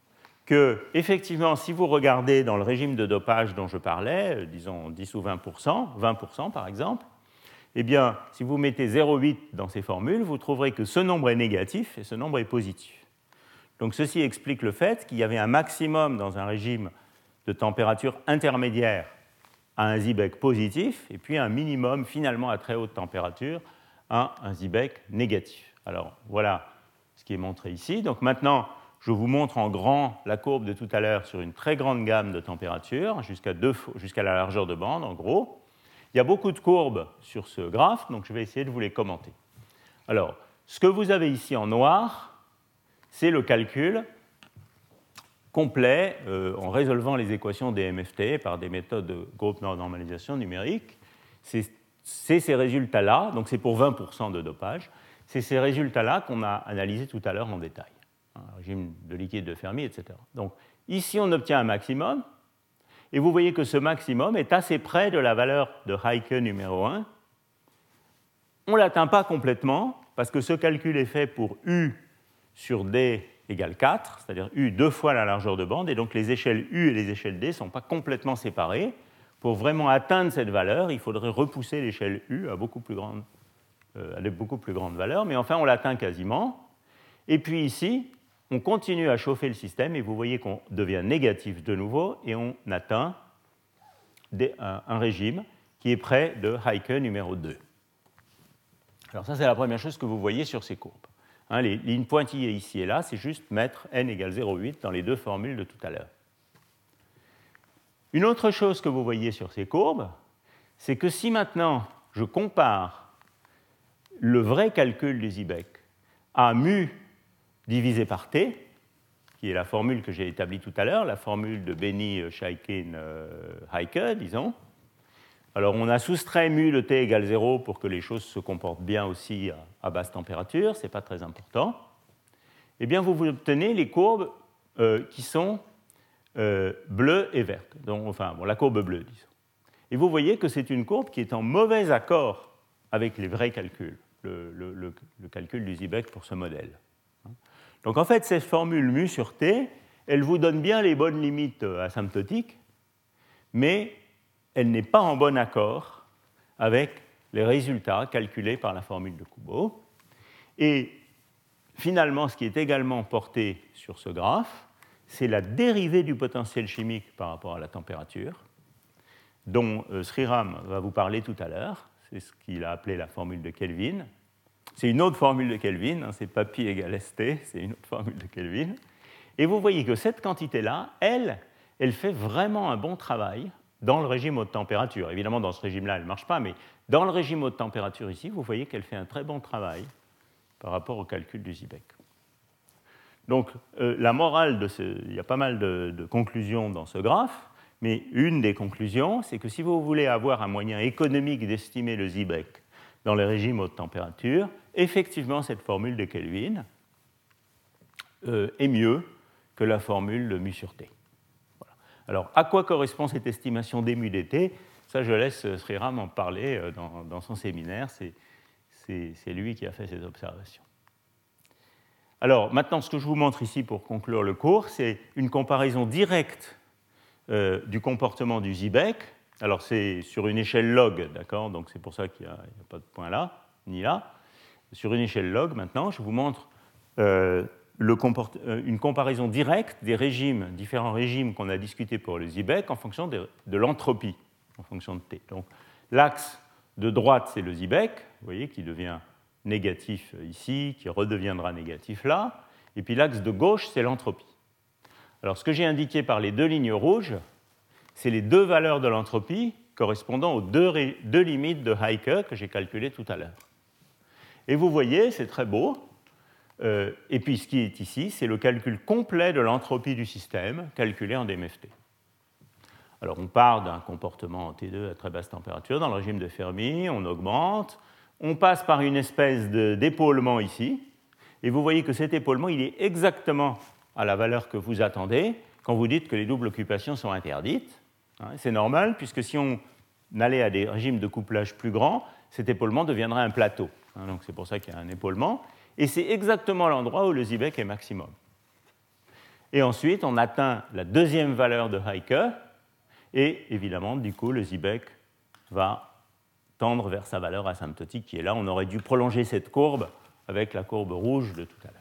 que, effectivement, si vous regardez dans le régime de dopage dont je parlais, euh, disons dix ou vingt pour cent, vingt pour cent par exemple, eh bien, si vous mettez zéro virgule huit dans ces formules, vous trouverez que ce nombre est négatif et ce nombre est positif. Donc, ceci explique le fait qu'il y avait un maximum dans un régime de température intermédiaire à un Seebeck positif, et puis un minimum finalement à très haute température à un Seebeck négatif. Alors, voilà ce qui est montré ici. Donc maintenant, je vous montre en grand la courbe de tout à l'heure sur une très grande gamme de températures, jusqu'à, deux, jusqu'à la largeur de bande, en gros. Il y a beaucoup de courbes sur ce graphe, donc je vais essayer de vous les commenter. Alors, ce que vous avez ici en noir, c'est le calcul complet euh, en résolvant les équations des M F T par des méthodes de groupe normalisation numérique. C'est, c'est ces résultats-là, donc c'est pour vingt pour cent de dopage, c'est ces résultats-là qu'on a analysés tout à l'heure en détail. Un régime de liquide de Fermi, et cetera. Donc ici, on obtient un maximum, et vous voyez que ce maximum est assez près de la valeur de Heike numéro un. On ne l'atteint pas complètement, parce que ce calcul est fait pour U sur D égale quatre, c'est-à-dire U deux fois la largeur de bande, et donc les échelles U et les échelles D ne sont pas complètement séparées. Pour vraiment atteindre cette valeur, il faudrait repousser l'échelle U à beaucoup plus grande, euh, à de beaucoup plus grandes valeurs, mais enfin on l'atteint quasiment. Et puis ici, on continue à chauffer le système, et vous voyez qu'on devient négatif de nouveau, et on atteint des, un, un régime qui est près de Heike numéro deux. Alors ça, c'est la première chose que vous voyez sur ces courbes. Hein, les lignes pointillées ici et là, c'est juste mettre n égale zéro virgule huit dans les deux formules de tout à l'heure. Une autre chose que vous voyez sur ces courbes, c'est que si maintenant je compare le vrai calcul du Seebeck à mu divisé par t, qui est la formule que j'ai établie tout à l'heure, la formule de Benny, Chaikin, Heike, disons. Alors, on a soustrait mu de t égale zéro pour que les choses se comportent bien aussi à basse température, ce n'est pas très important. Eh bien, vous, vous obtenez les courbes euh, qui sont euh, bleues et vertes. Donc, enfin, bon, la courbe bleue, disons. Et vous voyez que c'est une courbe qui est en mauvais accord avec les vrais calculs, le, le, le, le calcul du Seebeck pour ce modèle. Donc, en fait, cette formule mu sur t, elle vous donne bien les bonnes limites asymptotiques, mais elle n'est pas en bon accord avec les résultats calculés par la formule de Kubo. Et finalement, ce qui est également porté sur ce graphe, c'est la dérivée du potentiel chimique par rapport à la température, dont Sriram va vous parler tout à l'heure. C'est ce qu'il a appelé la formule de Kelvin. C'est une autre formule de Kelvin, hein, c'est papi égale st, c'est une autre formule de Kelvin. Et vous voyez que cette quantité-là, elle, elle fait vraiment un bon travail dans le régime haute température. Évidemment, dans ce régime-là, elle ne marche pas, mais dans le régime haute température ici, vous voyez qu'elle fait un très bon travail par rapport au calcul du Seebeck. Donc, euh, la morale de ce... Il y a pas mal de, de conclusions dans ce graphe, mais une des conclusions, c'est que si vous voulez avoir un moyen économique d'estimer le Seebeck dans les régimes haute température, effectivement, cette formule de Kelvin euh, est mieux que la formule de mu sur t. Alors, à quoi correspond cette estimation d mu dt? Ça, je laisse Sriram en parler dans, dans son séminaire. C'est, c'est, c'est lui qui a fait ces observations. Alors, maintenant, ce que je vous montre ici pour conclure le cours, c'est une comparaison directe euh, du comportement du Seebeck. Alors, c'est sur une échelle log, d'accord? Donc, c'est pour ça qu'il n'y a, a pas de point là, ni là. Sur une échelle log, maintenant, je vous montre euh, Le comport... une comparaison directe des régimes, différents régimes qu'on a discutés pour le Seebeck en fonction de, de l'entropie, en fonction de T. Donc, l'axe de droite, c'est le Seebeck, vous voyez, qui devient négatif ici, qui redeviendra négatif là. Et puis l'axe de gauche, c'est l'entropie. Alors, ce que j'ai indiqué par les deux lignes rouges, c'est les deux valeurs de l'entropie correspondant aux deux, ré... deux limites de Heike que j'ai calculées tout à l'heure. Et vous voyez, c'est très beau. Euh, et puis ce qui est ici, c'est le calcul complet de l'entropie du système, calculé en D M F T. Alors on part d'un comportement en T deux à très basse température, dans le régime de Fermi, on augmente, on passe par une espèce de, d'épaulement ici, et vous voyez que cet épaulement, il est exactement à la valeur que vous attendez quand vous dites que les doubles occupations sont interdites. Hein, c'est normal, puisque si on allait à des régimes de couplage plus grands, cet épaulement deviendrait un plateau. Hein, donc c'est pour ça qu'il y a un épaulement. Et c'est exactement l'endroit où le Seebeck est maximum. Et ensuite, on atteint la deuxième valeur de Heike, et évidemment, du coup, le Seebeck va tendre vers sa valeur asymptotique qui est là. On aurait dû prolonger cette courbe avec la courbe rouge de tout à l'heure.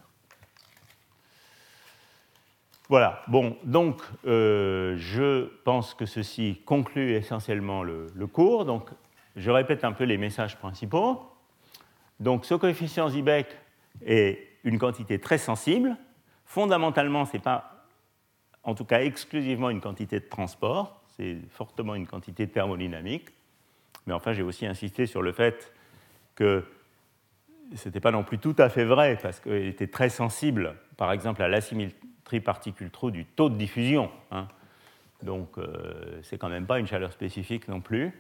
Voilà, bon, donc euh, je pense que ceci conclut essentiellement le, le cours. Donc, je répète un peu les messages principaux. Donc, ce coefficient Seebeck est une quantité très sensible. Fondamentalement, ce n'est pas, en tout cas exclusivement, une quantité de transport, c'est fortement une quantité thermodynamique. Mais enfin, j'ai aussi insisté sur le fait que ce n'était pas non plus tout à fait vrai, parce qu'elle était très sensible, par exemple, à l'asymétrie particule-trou du taux de diffusion. Hein. Donc, euh, ce n'est quand même pas une chaleur spécifique non plus.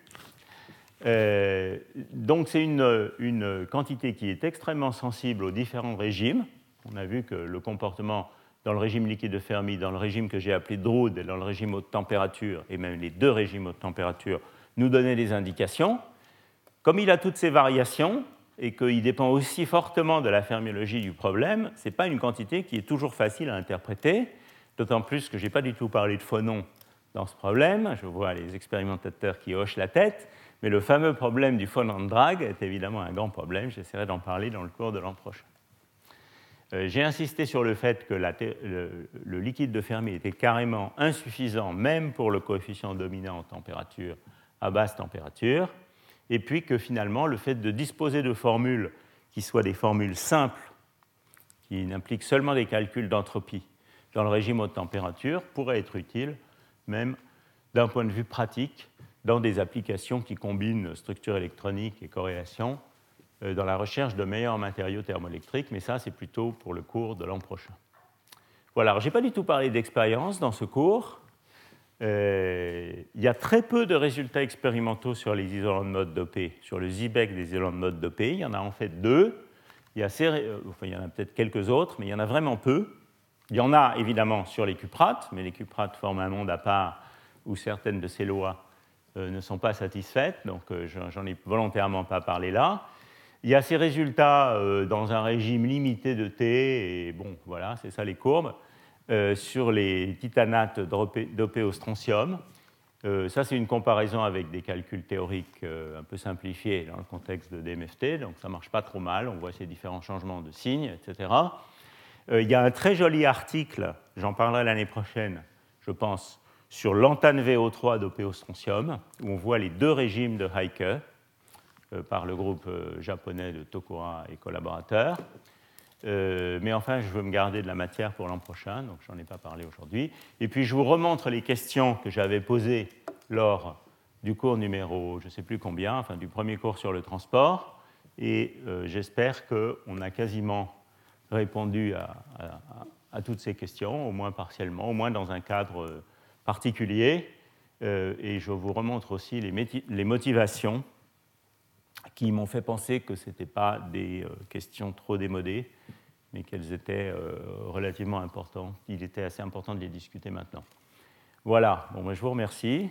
Euh, donc, c'est une, une quantité qui est extrêmement sensible aux différents régimes. On a vu que le comportement dans le régime liquide de Fermi, dans le régime que j'ai appelé Drude, et dans le régime haute température, et même les deux régimes haute température, nous donnaient des indications. Comme il a toutes ces variations, et qu'il dépend aussi fortement de la fermiologie du problème, ce n'est pas une quantité qui est toujours facile à interpréter, d'autant plus que je n'ai pas du tout parlé de phonons dans ce problème. Je vois les expérimentateurs qui hochent la tête, mais le fameux problème du phonon drag est évidemment un grand problème. J'essaierai d'en parler dans le cours de l'an prochain. Euh, j'ai insisté sur le fait que la le, le liquide de Fermi était carrément insuffisant, même pour le coefficient dominant en température à basse température, et puis que finalement, le fait de disposer de formules qui soient des formules simples, qui n'impliquent seulement des calculs d'entropie dans le régime haute température, pourrait être utile, même d'un point de vue pratique, dans des applications qui combinent structure électronique et corrélation, euh, dans la recherche de meilleurs matériaux thermoélectriques, mais ça, c'est plutôt pour le cours de l'an prochain. Voilà, alors je n'ai pas du tout parlé d'expérience dans ce cours. Euh, il y a très peu de résultats expérimentaux sur les isolants de mode dopés, sur le Seebeck des isolants de mode dopés. Il y en a en fait deux. Il y, a assez, enfin, il y en a peut-être quelques autres, mais il y en a vraiment peu. Il y en a évidemment sur les cuprates, mais les cuprates forment un monde à part où certaines de ces lois euh, ne sont pas satisfaites, donc euh, j'en ai volontairement pas parlé là. Il y a ces résultats euh, dans un régime limité de T, et bon, voilà, c'est ça les courbes. Euh, sur les titanates dopés au strontium. Euh, ça, c'est une comparaison avec des calculs théoriques euh, un peu simplifiés dans le contexte de D M F T, donc ça ne marche pas trop mal, on voit ces différents changements de signes, et cetera. Euh, il y a un très joli article, j'en parlerai l'année prochaine, je pense, sur l'antane V O trois dopé au strontium, où on voit les deux régimes de Heike euh, par le groupe euh, japonais de Tokura et collaborateurs. Euh, mais enfin, je veux me garder de la matière pour l'an prochain, donc je n'en ai pas parlé aujourd'hui. Et puis, je vous remontre les questions que j'avais posées lors du cours numéro, je ne sais plus combien, enfin du premier cours sur le transport, et euh, j'espère qu'on a quasiment répondu à, à, à toutes ces questions, au moins partiellement, au moins dans un cadre particulier. Euh, et je vous remontre aussi les, méti- les motivations qui m'ont fait penser que ce n'étaient pas des euh, questions trop démodées, mais qu'elles étaient euh, relativement importantes. Il était assez important de les discuter maintenant. Voilà, bon, ben, je vous remercie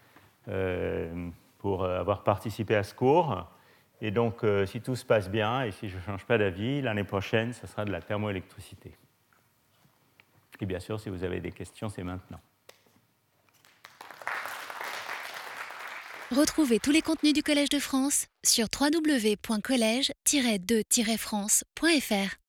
euh, pour avoir participé à ce cours. Et donc, euh, si tout se passe bien, et si je ne change pas d'avis, l'année prochaine, ce sera de la thermoélectricité. Et bien sûr, si vous avez des questions, c'est maintenant. Retrouvez tous les contenus du Collège de France sur w w w point collège tiret de tiret france point f r.